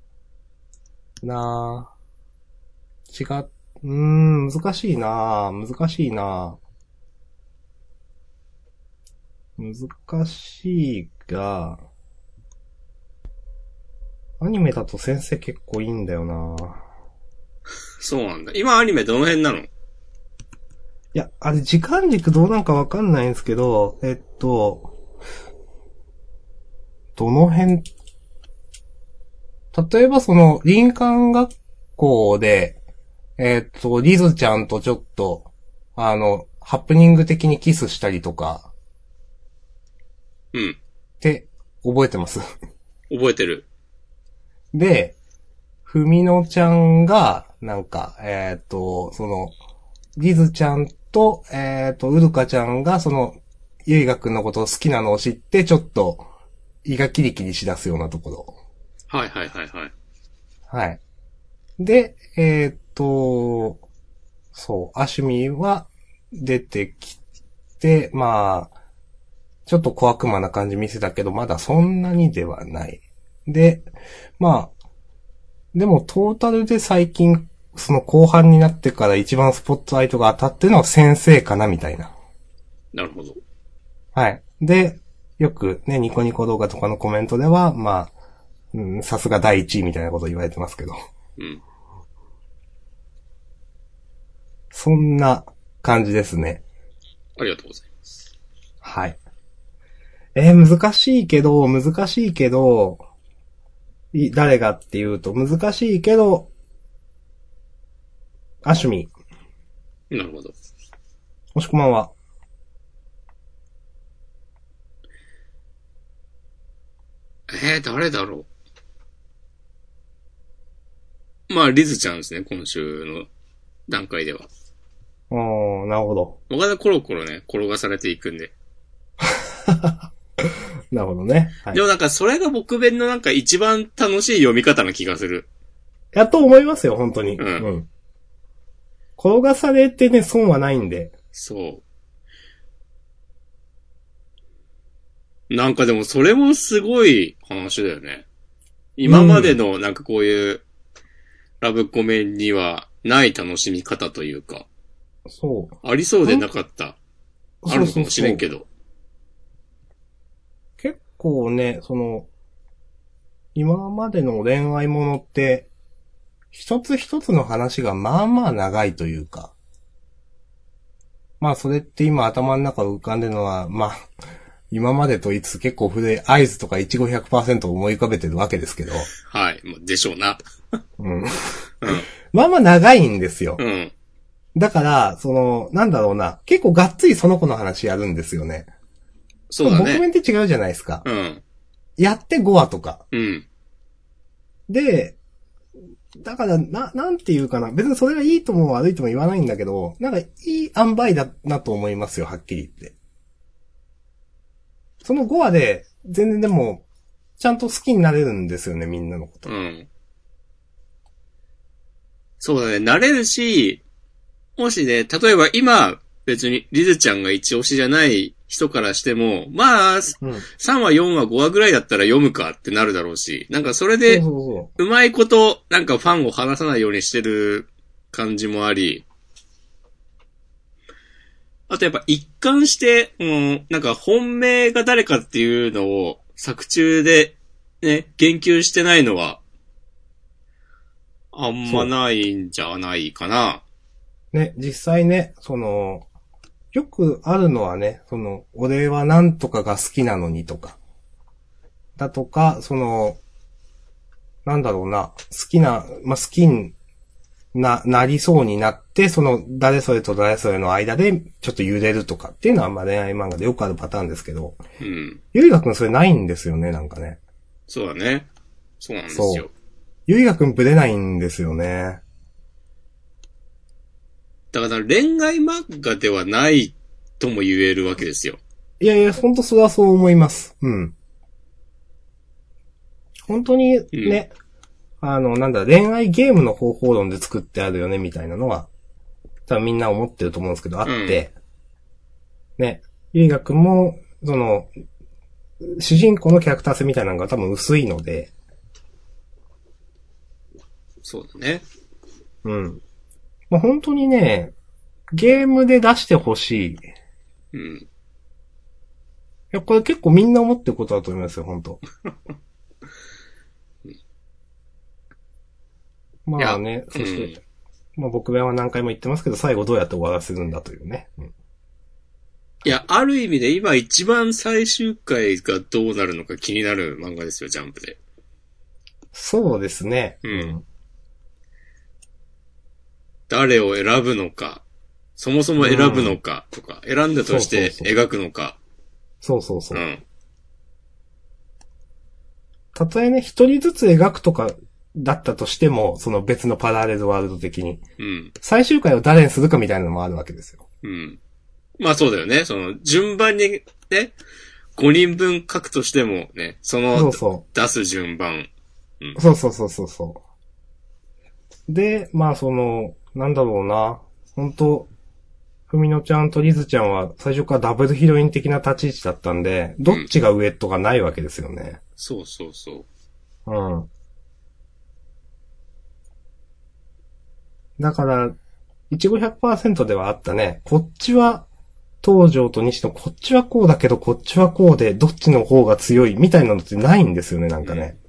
なぁ、違っ、うーん、難しいなぁ、難しいなぁ。難しいが、アニメだと先生結構いいんだよなぁ。 そうなんだ。今アニメどの辺なの？いや、あれ時間軸どうなんかわかんないんですけど、えっと、どの辺、例えばその、林間学校で、えっと、リズちゃんとちょっと、あの、ハプニング的にキスしたりとか、 うん。 って覚えてます覚えてる。 で、ふみのちゃんが、なんか、えっと、その、リズちゃんと、えっと、ウルカちゃんが、その、ゆいがくんのことを好きなのを知って、ちょっと、胃がキリキリしだすようなところ。 はいはいはいはい。 はい。で、えっと、そう、アシュミは出てきて、まあ、ちょっと小悪魔な感じ見せたけど、まだそんなにではない。で、まあ、でもトータルで最近、その後半になってから一番スポットライトが当たってるのは先生かなみたいな。 なるほど。 はい。で、よくね、ニコニコ動画とかのコメントでは、まあ、うん、さすが第一位みたいなこと言われてますけど。 うん。 そんな感じですね。 ありがとうございます。 はい。えー、難しいけど、難しいけど、い誰がっていうと難しいけど、アシュミ。 なるほど。 もしこまんは。 えー、誰だろう。まあ、リズちゃんですね、今週の段階では。 おー、なるほど。 僕はコロコロね、転がされていくんで。 なるほどね。はい。 でもなんか、それが僕弁のなんか一番楽しい読み方な気がする。 やっと思いますよ、本当に。 うん。うん。 転がされてね、損はないんで。 そう。なんかでもそれもすごい話だよね。今までのなんかこういうラブコメにはない楽しみ方というか。 そう。 ありそうでなかった。 あるのかもしれんけど。 そうそうそう結構ね、その、今までの恋愛ものって、一つ一つの話がまあまあ長いというか。まあそれって今頭の中浮かんでるのは、まあ、今までといつ結構古い合図とかイチゴ ひゃくパーセント 思い浮かべてるわけですけど。 はい。もうでしょうな。 うん。 うん。 まあまあ長いんですよ。 うん。 だから、その、なんだろうな。結構がっつりその子の話やるんですよね。 そうだね。 僕面って違うじゃないですか。 うん。 やってごわとか。 うん。 で、だから、な、なんていうかな。別にそれがいいとも悪いとも言わないんだけど、なんかいい塩梅だなと思いますよ、はっきり言って。そのごわで、全然でも、ちゃんと好きになれるんですよね、みんなのこと。 うん。そうだね。なれるし、もしね、例えば今、別にリズちゃんが一押しじゃない人からしても、まあ、うん、さんわよんわごわぐらいだったら読むかってなるだろうし、なんかそれで、 そうそうそう。 うまいこと、なんかファンを離さないようにしてる感じもあり、あとやっぱ一貫して、うん、なんか本命が誰かっていうのを作中でね、言及してないのは、あんまないんじゃないかな。 ね、実際ね、その、よくあるのはね、その、俺はなんとかが好きなのにとか。だとか、その、なんだろうな、好きな、まあ、好きにな、なりそうになって、その、誰それと誰それの間で、ちょっと揺れるとかっていうのは、まあ、恋愛漫画でよくあるパターンですけど、 うん。 ゆいがくんそれないんですよね、なんかね。 そうだね。そうなんですよ。 ゆいがくんブレないんですよね。 だから恋愛漫画ではないとも言えるわけですよ。 いやいや、ほんとそれはそう思います。うん。本当にね、うん、あの、なんだ、恋愛ゲームの方法論で作ってあるよね、みたいなのは、多分みんな思ってると思うんですけど、あって、うん、ね、ゆいがくんも、その、主人公のキャラクター性みたいなのが多分薄いので。 そうだね。 うん。まあ、本当にね、ゲームで出してほしい。 うん。いや、これ結構みんな思ってることだと思いますよ、本当まあね、そして、うん、まあ僕は何回も言ってますけど、最後どうやって終わらせるんだというね。うん、 いや、ある意味で今一番最終回がどうなるのか気になる漫画ですよ、ジャンプで。 そうですね。 うん。誰を選ぶのか、そもそも選ぶのかとか、うん、選んだとして描くのか。 そうそうそう。 うん。 たとえね、一人ずつ描くとかだったとしても、その別のパラレルワールド的に。 うん。 最終回を誰にするかみたいなのもあるわけですよ。 うん。まあそうだよね。その、順番にね、ごにんぶん書くとしてもね、その、そうそう出す順番。 うん、そうそうそうそうそう。で、まあその、なんだろうな。本当ふみのちゃんとリズちゃんは最初からダブルヒロイン的な立ち位置だったんで、どっちが上とかないわけですよね。うん、 そうそうそう。うん。だから、いちご ひゃくパーセント ではあったね。こっちは、東条と西野、こっちはこうだけど、こっちはこうで、どっちの方が強いみたいなのってないんですよね、なんかね。うん、い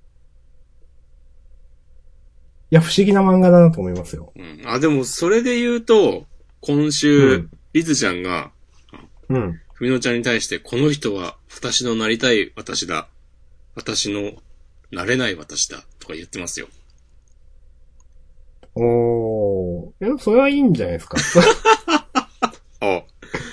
や、不思議な漫画だなと思いますよ。 うん。あ、でも、それで言うと、今週、うん、リズちゃんが、 うん。 ふみのちゃんに対して、この人は、私のなりたい私だ。私の、なれない私だ。とか言ってますよ。 おー。え、それはいいんじゃないですか。 あ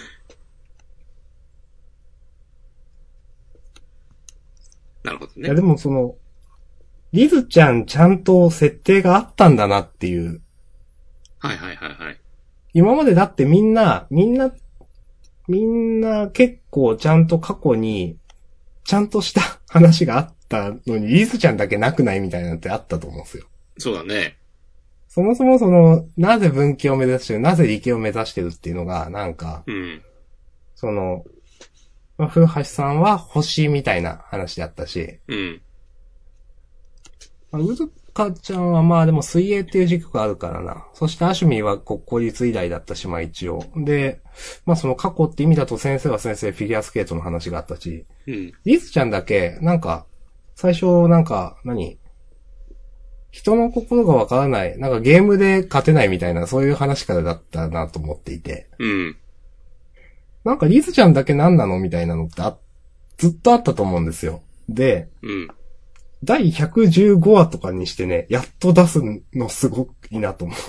なるほどね。 いや、でもその、リズちゃんちゃんと設定があったんだなっていう。 はいはいはいはい。 今までだってみんな、みんな、みんな結構ちゃんと過去に、ちゃんとした話があったのに、リズちゃんだけなくないみたいなのってあったと思うんですよ。 そうだね。 そもそもその、なぜ文系を目指してる、なぜ理系を目指してるっていうのが、なんか、 うん、 その、まあ、古橋さんは星みたいな話だったし、 うん。 まあ、うずかちゃんはまあでも水泳っていう軸があるからな。そしてアシュミーは国公立医大だったし、まあ一応。で、まあその過去って意味だと先生は先生フィギュアスケートの話があったし、 うん。 リズちゃんだけ、なんか、最初なんか、何人の心がわからない、なんかゲームで勝てないみたいな、そういう話からだったなと思っていて。 うん。 なんかリズちゃんだけ何なのみたいなのってあ、ずっとあったと思うんですよ。で、 うん。 だいひゃくじゅうごわとかにしてね、やっと出すのすごくいいなと思って。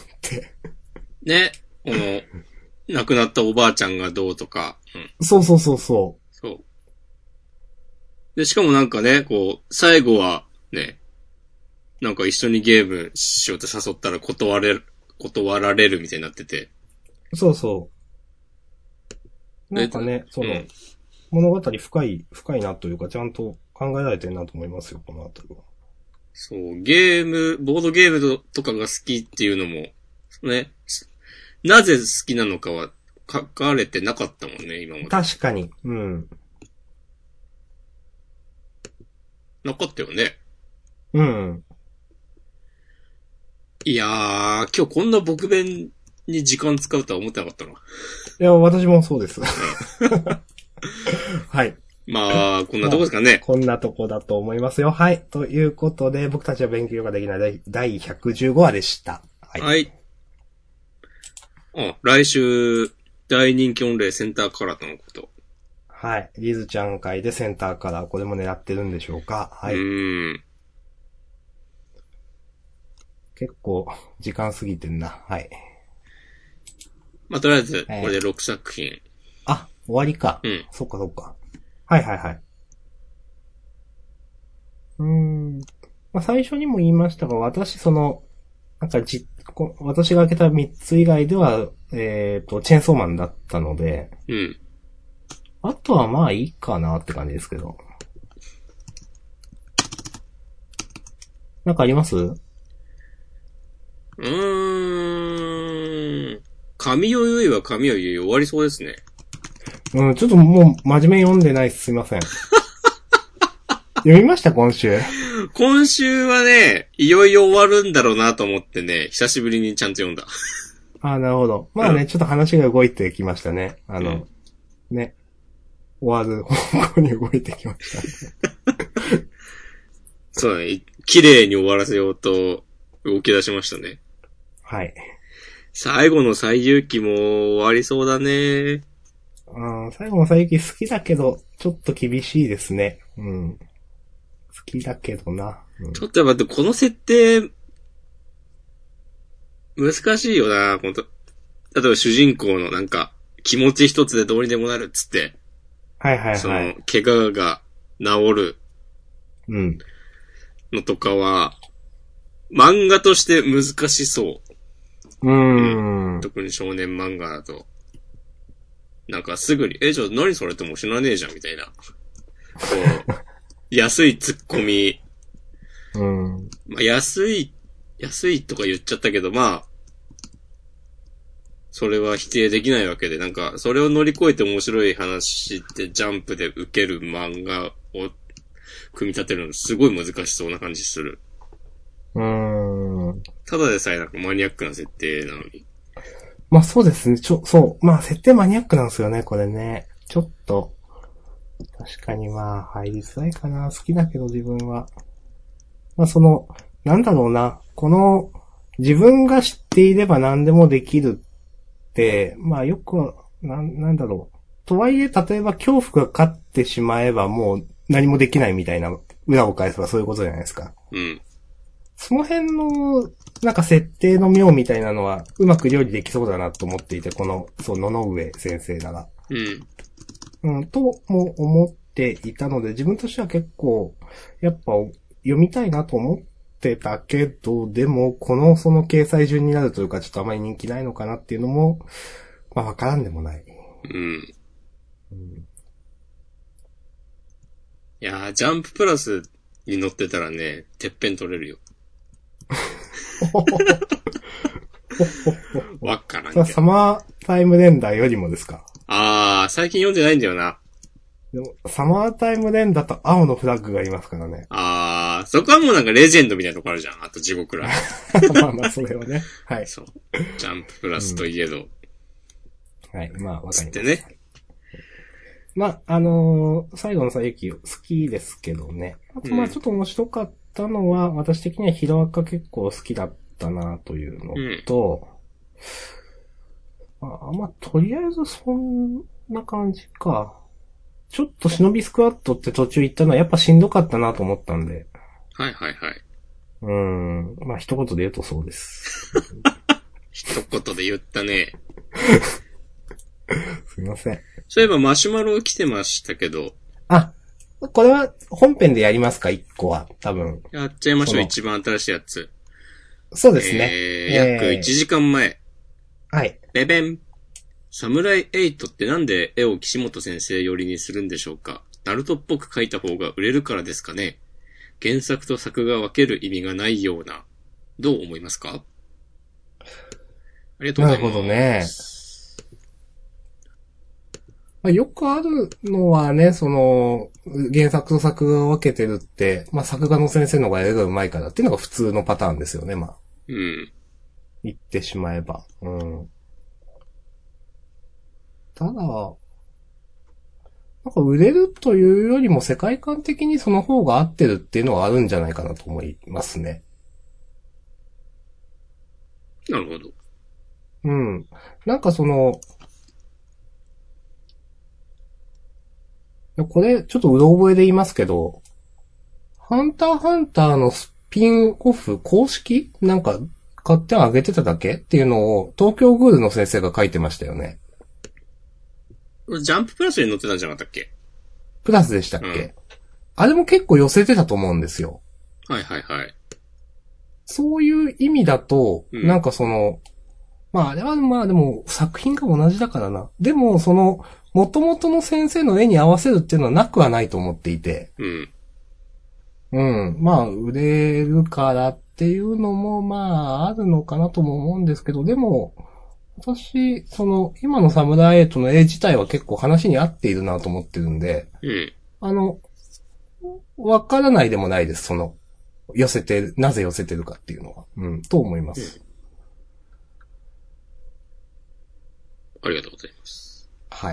ね。この、亡くなったおばあちゃんがどうとか。 うん、そうそうそうそう。 そう。で、しかもなんかね、こう、最後は、ね、なんか一緒にゲームしようと誘ったら断れる、断られるみたいになってて。 そうそう。なんかね、その、うん、物語深い、深いなというか、ちゃんと考えられてるなと思いますよ、このあたりは。 そう、ゲーム、ボードゲームとかが好きっていうのも、ね、なぜ好きなのかは書かれてなかったもんね、今まで。 確かに。うん。 なかったよね。 うん。 いやー、今日こんな僕弁に時間使うとは思ってなかったな。いや、私もそうです。はい。 まあ、こんなとこですかね、まあ。 こんなとこだと思いますよ。はい。ということで、僕たちは勉強ができないだいひゃくじゅうごわでした。はい。 はい。あ、来週、大人気御礼センターカラーとのこと。 はい。リズちゃん会でセンターカラー、これも狙ってるんでしょうか。はい。うーん。 結構、時間過ぎてんな。はい。 まあ、とりあえず、これでろくさく品。えー、 あ、終わりか。 うん。 そっかそっか。はいはいはい。うーん。まあ、最初にも言いましたが、私、その、なんかじ、私が開けたみっつ以外では、えっと、チェーンソーマンだったので、 うん。 あとはまあいいかなって感じですけど。なんかあります？うーん。神よよいは神よよい終わりそうですね。 うん、ちょっともう真面目読んでないすいません。読みました今週。 今週はね、いよいよ終わるんだろうなと思ってね、久しぶりにちゃんと読んだ。 ああ、なるほど。まあね、うん、ちょっと話が動いてきましたね。あの、うん、ね。終わる方向に動いてきましたね。 そうだね。綺麗に終わらせようと動き出しましたね。 はい。 最後の最終期も終わりそうだね。 あ、最後の最終期好きだけど、ちょっと厳しいですね。うん。好きだけどな。 うん、ちょっと待って、この設定、難しいよな、ほんと。例えば主人公のなんか、気持ち一つでどうにでもなるっつって。 はいはいはい。 その、怪我が治る。 うん。 のとかは、漫画として難しそう。 うーん。 うん、特に少年漫画だと。なんかすぐに、え、じゃあ何それってもう知らねえじゃんみたいな。こう、安いツッコミ。 うん。 まあ安い、安いとか言っちゃったけど、まあ、それは否定できないわけで、なんか、それを乗り越えて面白い話ってジャンプで受ける漫画を組み立てるのすごい難しそうな感じする。 うーん。 ただでさえなんかマニアックな設定なのに。 まあそうですね。ちょ、そう。まあ設定マニアックなんですよね、これね。ちょっと。確かにまあ入りづらいかな。好きだけど自分は。まあその、なんだろうな。この、自分が知っていれば何でもできるって、まあよく、なん、なんだろう。とはいえ、例えば恐怖が勝ってしまえばもう何もできないみたいな、裏を返せばそういうことじゃないですか。 うん。 その辺の、なんか設定の妙みたいなのは、うまく料理できそうだなと思っていて、この、そう、野々上先生なら。 うん。 うん、とも思っていたので、自分としては結構、やっぱ、読みたいなと思ってたけど、でも、この、その掲載順になるというか、ちょっとあまり人気ないのかなっていうのも、まあ、わからんでもない。 うん。 うん、 いやー、ジャンププラスに乗ってたらね、てっぺん取れるよ。わからんけど。 サマータイムレンダーよりもですか？ あー、最近読んでないんだよな。 でも、サマータイムレンダーと青のフラッグがいますからね。 あー、 そこはもうなんかレジェンドみたいなとこあるじゃん。あと地獄ら。 まあまあ、それはね。はい。 そう。ジャンププラスといえど。 うん、はい。まあ、わかります。 ってね。 まあ、あのー、最後のさ、駅好きですけどね。あと、まあ、ちょっと面白かったのは、うん、私的にはヒロアカ結構好きだったなというのと、うん、まあ、まあ、とりあえずそんな感じか。ちょっと忍びスクワットって途中行ったのはやっぱしんどかったなと思ったんで。 はいはいはい。 うーん。まあ、一言で言うとそうです。 一言で言ったね。 すいません。 そういえばマシュマロ来てましたけど。 あ、これは本編でやりますか一個は。多分。 やっちゃいましょう、一番新しいやつ。 そうですね。 えー、約いちじかんまえ。 はい。 ベベン。サムライエイトってなんで絵を岸本先生寄りにするんでしょうか？ナルトっぽく描いた方が売れるからですかね？原作と作が分ける意味がないような。どう思いますか？ありがとうございます。なるほどね。 まあ、よくあるのはね、その、原作と作画を分けてるって、まあ、作画の先生の方が絵が上手いからっていうのが普通のパターンですよね、まあ。 うん。 言ってしまえば。うん。ただ、なんか売れるというよりも世界観的にその方が合ってるっていうのはあるんじゃないかなと思いますね。 なるほど。 うん。なんかその、これちょっとうろ覚えで言いますけど、ハンターハンターのスピンオフ公式なんか買ってあげてただけっていうのを東京グールの先生が書いてましたよね。 ジャンププラスに載ってたんじゃなかったっけ？ プラスでしたっけ、うん、あれも結構寄せてたと思うんですよ。 はいはいはい。 そういう意味だと、うん、なんかその、まああれはまあでも作品が同じだからな。でもその、元々の先生の絵に合わせるっていうのはなくはないと思っていて。 うん。 うん。まあ売れるからっていうのもまああるのかなとも思うんですけど、でも、私、その、今のサムライエイトの絵自体は結構話に合っているなと思ってるんで、 うん。 あの、わからないでもないです、その、寄せてる、なぜ寄せてるかっていうのは。うん、と思います。 うん、ありがとうございます。 はい。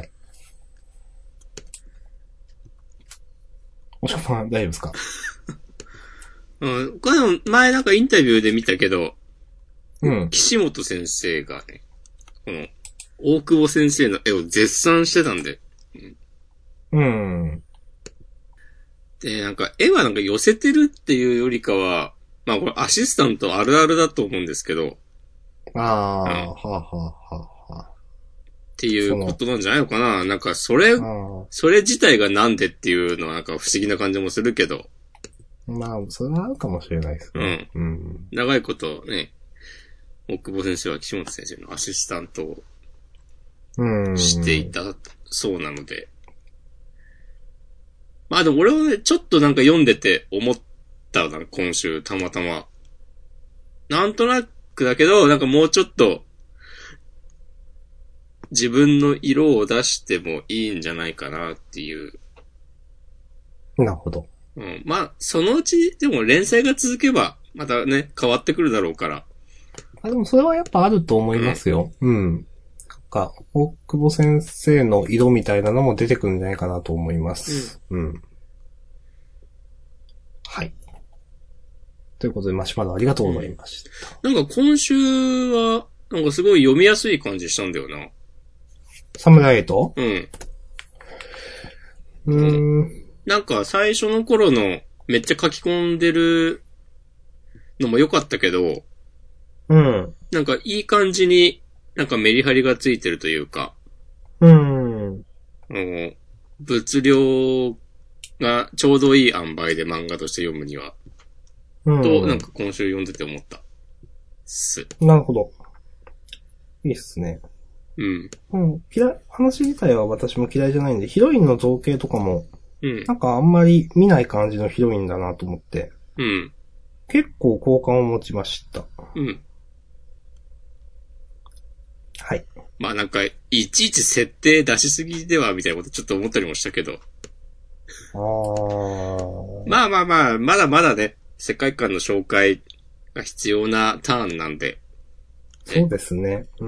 おしゃま大丈夫ですか？ うん、これも前なんかインタビューで見たけど、 うん。 岸本先生がね、この、大久保先生の絵を絶賛してたんで。 うん。うん、 で、なんか絵はなんか寄せてるっていうよりかは、まあこれアシスタントあるあるだと思うんですけど。 ああ、うん、はあ、はあ、はあ、はあ。 っていうことなんじゃないのかな？なんかそれ、それ自体がなんでっていうのはなんか不思議な感じもするけど。 まあ、それはあるかもしれないですね。 うん。うん。長いことね、大久保先生は岸本先生のアシスタントをしていたそうなので。まあでも俺はね、ちょっとなんか読んでて思ったな、今週、たまたま。なんとなくだけど、なんかもうちょっと、自分の色を出してもいいんじゃないかなっていう。 なるほど。 うん。まあ、そのうち、でも連載が続けば、またね、変わってくるだろうから。 あ、でもそれはやっぱあると思いますよ。うん。うん、か、大久保先生の色みたいなのも出てくるんじゃないかなと思います。うん。うん、はい。ということで、マシュマロありがとうございました。 うん、なんか今週は、なんかすごい読みやすい感じしたんだよな。 サムライエイト？ うん。 うーん。 なんか最初の頃のめっちゃ書き込んでるのも良かったけど、 うん。 なんかいい感じになんかメリハリがついてるというか、 うん。 あの物量がちょうどいい塩梅で漫画として読むには、うん、と、なんか今週読んでて思った。す。 なるほど。いいっすね。 うん。 うん。嫌い、話自体は私も嫌いじゃないんで、ヒロインの造形とかも、 うん。 なんかあんまり見ない感じのヒロインだなと思って。 うん。 結構好感を持ちました。 うん。 はい。 まあなんか、いちいち設定出しすぎではみたいなことちょっと思ったりもしたけど。 あー。 まあまあまあ、まだまだね、 世界観の紹介が必要なターンなんで。 そうですね。うん。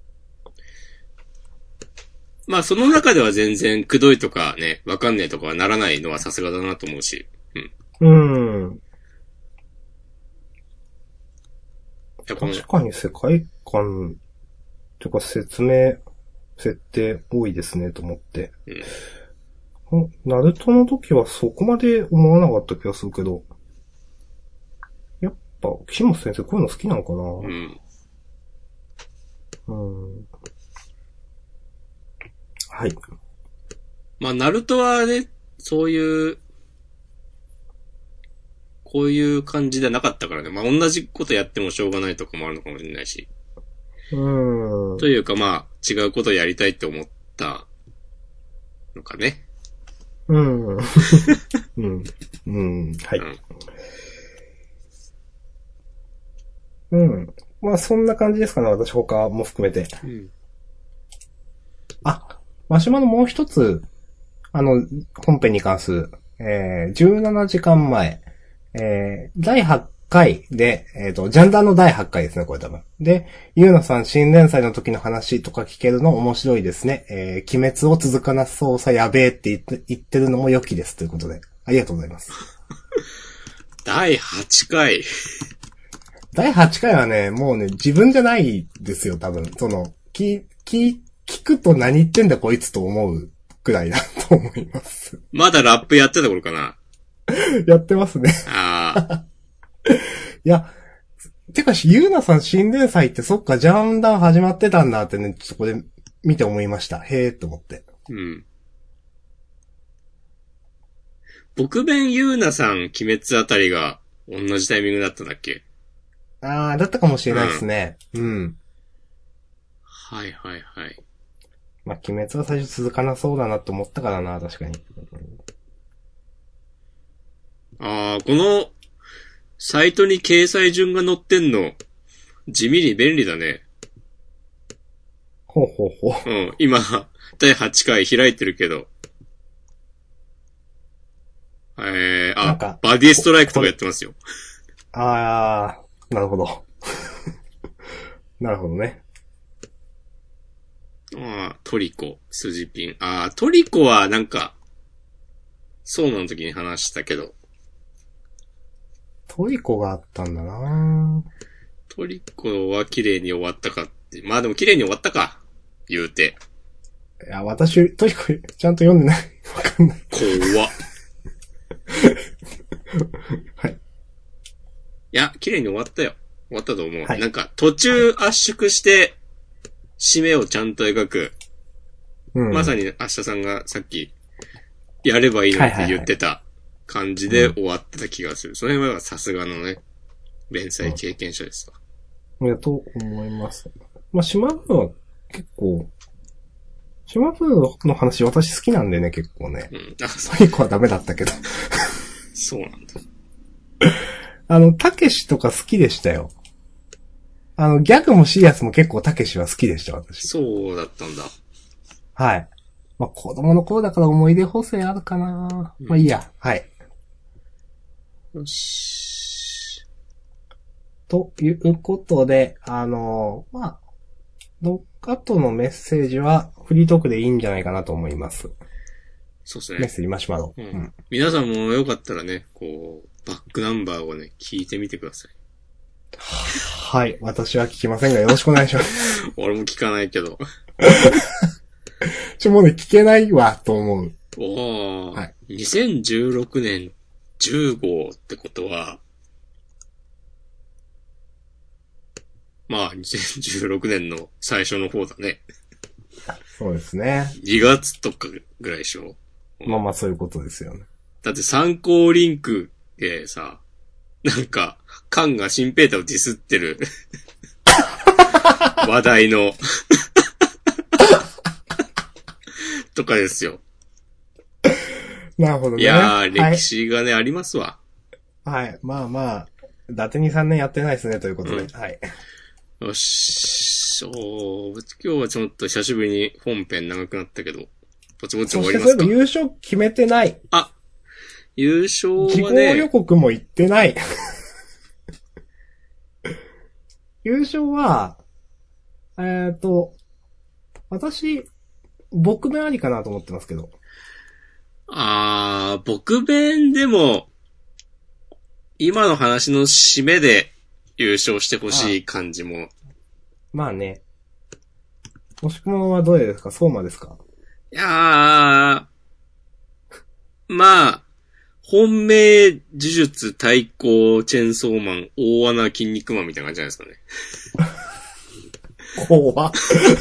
まあその中では全然くどいとかね、わかんねえとかはならないのはさすがだなと思うし。 うん。うん。確かに世界観、とか説明、設定多いですねと思って。うん。ナルトの時はそこまで思わなかった気がするけど。やっぱ、岸本先生こういうの好きなのかな。うん。うん。はい。 まあ、ナルトはね、そういう、こういう感じでなかったからね。まあ、同じことやってもしょうがないとかもあるのかもしれないし。 うん。 というか、まあ、違うことをやりたいって思ったのかね。 うん。うん。うん。はい。うん。うん。まあ、そんな感じですかね。私他も含めて。うん。あ、マシュマロもう一つ、あの、本編に関する、えー、じゅうななじかんまえ、えー、だいはちかいで、えっと、ジャンダンのだいはちかいですね、これ多分。で、ゆうなさん新連載の時の話とか聞けるの面白いですね。えー、鬼滅を続かなそうさやべえって言って、言ってるのも良きです。ということで。ありがとうございます。 だいはちかい。 だいはちかいはね、もうね、自分じゃないですよ、多分。その、き、き、聞くと何言ってんだこいつと思うくらいだと思います。 まだラップやってた頃かな。 やってますね。 ああ。 いや、てかし、ゆうなさん新連載ってそっか、ジャンダン始まってたんだってね、そこで見て思いました。へーって思って。 うん。僕弁ゆうなさん、鬼滅あたりが同じタイミングだったんだっけ？ あー、だったかもしれないですね。うん。うん、 はいはいはい。 まあ、鬼滅は最初続かなそうだなと思ったからな、確かに。 あー、この、サイトに掲載順が載ってんの、地味に便利だね。 ほうほうほう。うん、今、だいはちかい開いてるけど。えー、あ、バディストライクとかやってますよ。 あー、なるほど。なるほどね。 ああ、トリコ、スジピン。ああ、トリコはなんか、そうなの時に話したけど。 トリコがあったんだなトリコは綺麗に終わったかって。まあでも綺麗に終わったか。言うて。 いや、私、トリコちゃんと読んでない。わかんない。 怖っ。 はい。いや、綺麗に終わったよ。終わったと思う。はい、なんか、途中圧縮して、締めをちゃんと描く。うん、まさに明日さんがさっき、やればいいのって言ってた感じで終わってた気がする。その辺はさすがのね、連載経験者ですわ。 うん、いや、と思います。まあ、島部は結構、島部の話私好きなんでね、結構ね。うん。あ、そう。トリコはダメだったけど。 そうなんだ。 あの、たけしとか好きでしたよ。あの、ギャグもシリアスも結構たけしは好きでした、私。 そうだったんだ。 はい。まあ、子供の頃だから思い出補正あるかな、うん、まあいいや。はい。 よし。 ということで、あの、まあ、どっかとのメッセージはフリートークでいいんじゃないかなと思います。 そうですね。 メッセージマシュマロ。 うん。うん、皆さんもよかったらね、こう、バックナンバーをね、聞いてみてください。 はい。私は聞きませんがよろしくお願いします。 俺も聞かないけど。 ちょ、もうね、聞けないわ、と思う。 おー。はい。にせんじゅうろくねんじゅうごうってことは、まあ、にせんじゅうろくねんの最初の方だね。 そうですね。 にがつとかぐらいでしょ。 まあまあ、そういうことですよね。 だって参考リンクでさ、なんか、カンがシンペーターをディスってる話題のとかですよ。 なるほどね。 いやー、歴史がね、はい、ありますわ。 はい。まあまあ、伊達にさんねんやってないですね、ということで。うん、はい。 よし、おー、今日はちょっと久しぶりに本編長くなったけど、ぼちぼち終わりますか。 そしてそういえば優勝決めてない。 あ、 優勝希望はね、 予告も言ってない。優勝は、えっと、私、僕弁ありかなと思ってますけど。 あー、僕弁でも、今の話の締めで優勝してほしい感じも。 まあね。もしくはどれですか？相馬ですか？ いやー、まあ、本命、呪術、対抗、チェンソーマン、大穴、筋肉マンみたいな感じじゃないですかね。 怖っ。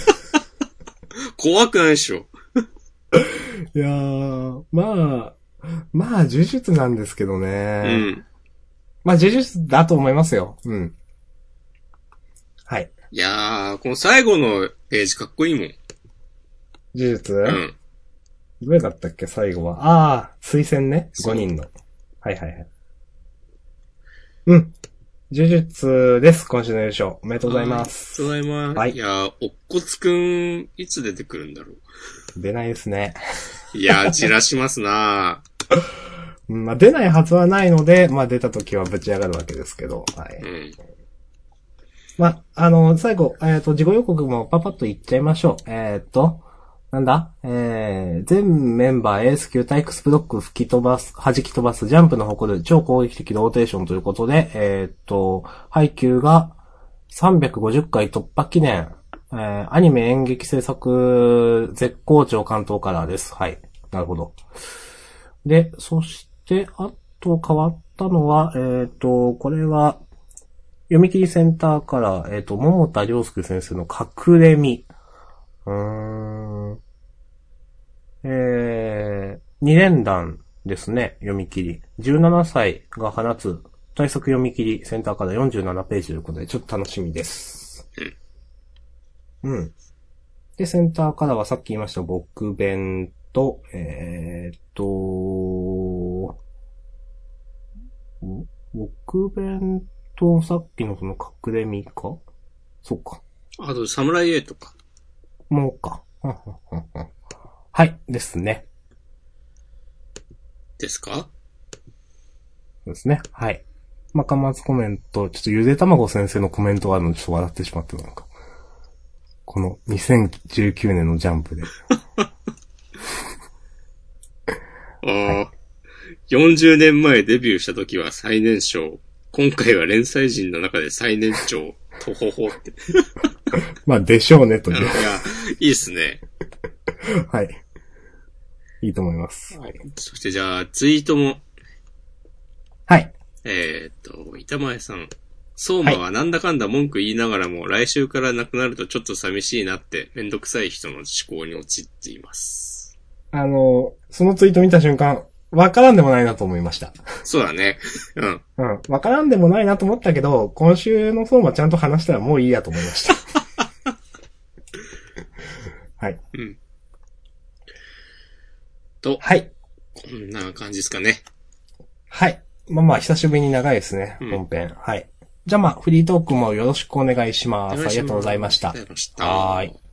怖くないでしょ。 いやー、まあ、まあ、呪術なんですけどね。 うん。 まあ、呪術だと思いますよ。うん。はい。 いやー、この最後のページかっこいいもん。 呪術？ うん。 どれだったっけ最後は。ああ、推薦ね。 そうごにんの。はいはいはい。うん。呪術です。今週の優勝。おめでとうございます。 ありがとうございます。 はい。 いやー、おっこつくん、いつ出てくるんだろう。 出ないですね。 いやー、散らしますなー。まあ、出ないはずはないので、まあ、出た時はぶち上がるわけですけど。はい。 うん。 まあ、あの、最後、えっと、事後予告もパパッと言っちゃいましょう。えっと、なんだえー、全メンバーエース級対 X ブロック吹き飛ばす、弾き飛ばすジャンプの誇る超攻撃的ローテーションということで、えっと、配給がさんびゃくごじゅっかい突破記念、えー、アニメ演劇制作絶好調関東カラーです。はい。なるほど。で、そして、あと変わったのは、えっと、これは、読み切りセンターから、えっと、桃田良介先生の隠れみ。うーん。えー、二連弾ですね、読み切り。じゅうななさいが放つ対策読み切りセンターからよんじゅうななページということで、ちょっと楽しみです。うん。で、センターからはさっき言いました、僕弁と、えーっと、僕弁とさっきのその隠れみか？そっか。 あと、サムライエイトか。 もうか。はい、ですね。 ですか？ そうですね。はい。まかまつコメント、ちょっとゆでたまご先生のコメントがあるのでちょっと笑ってしまってなんか。このにせんじゅうきゅうねんのジャンプで。 ああ、はい、よんじゅうねんまえデビューした時は最年少。今回は連載人の中で最年長。とほほって。 まあ、でしょうね、という。いや、いいっすね。 はい。いいと思います。 はい。そしてじゃあ、ツイートも。 はい。 えー、っと、板前さん。相馬はなんだかんだ文句言いながらも、はい、来週からなくなるとちょっと寂しいなってめんどくさい人の思考に陥っています。 あの、そのツイート見た瞬間、わからんでもないなと思いました。 そうだね。うん。 うん。わからんでもないなと思ったけど、今週の相馬ちゃんと話したらもういいやと思いました。はい。 うん。と。 はい。 こんな感じですかね。 はい。まあまあ、久しぶりに長いですね。うん、本編。はい。じゃあまあ、フリートークもよろしくお願いします。ありがとうございました。ありがとうございました。はーい。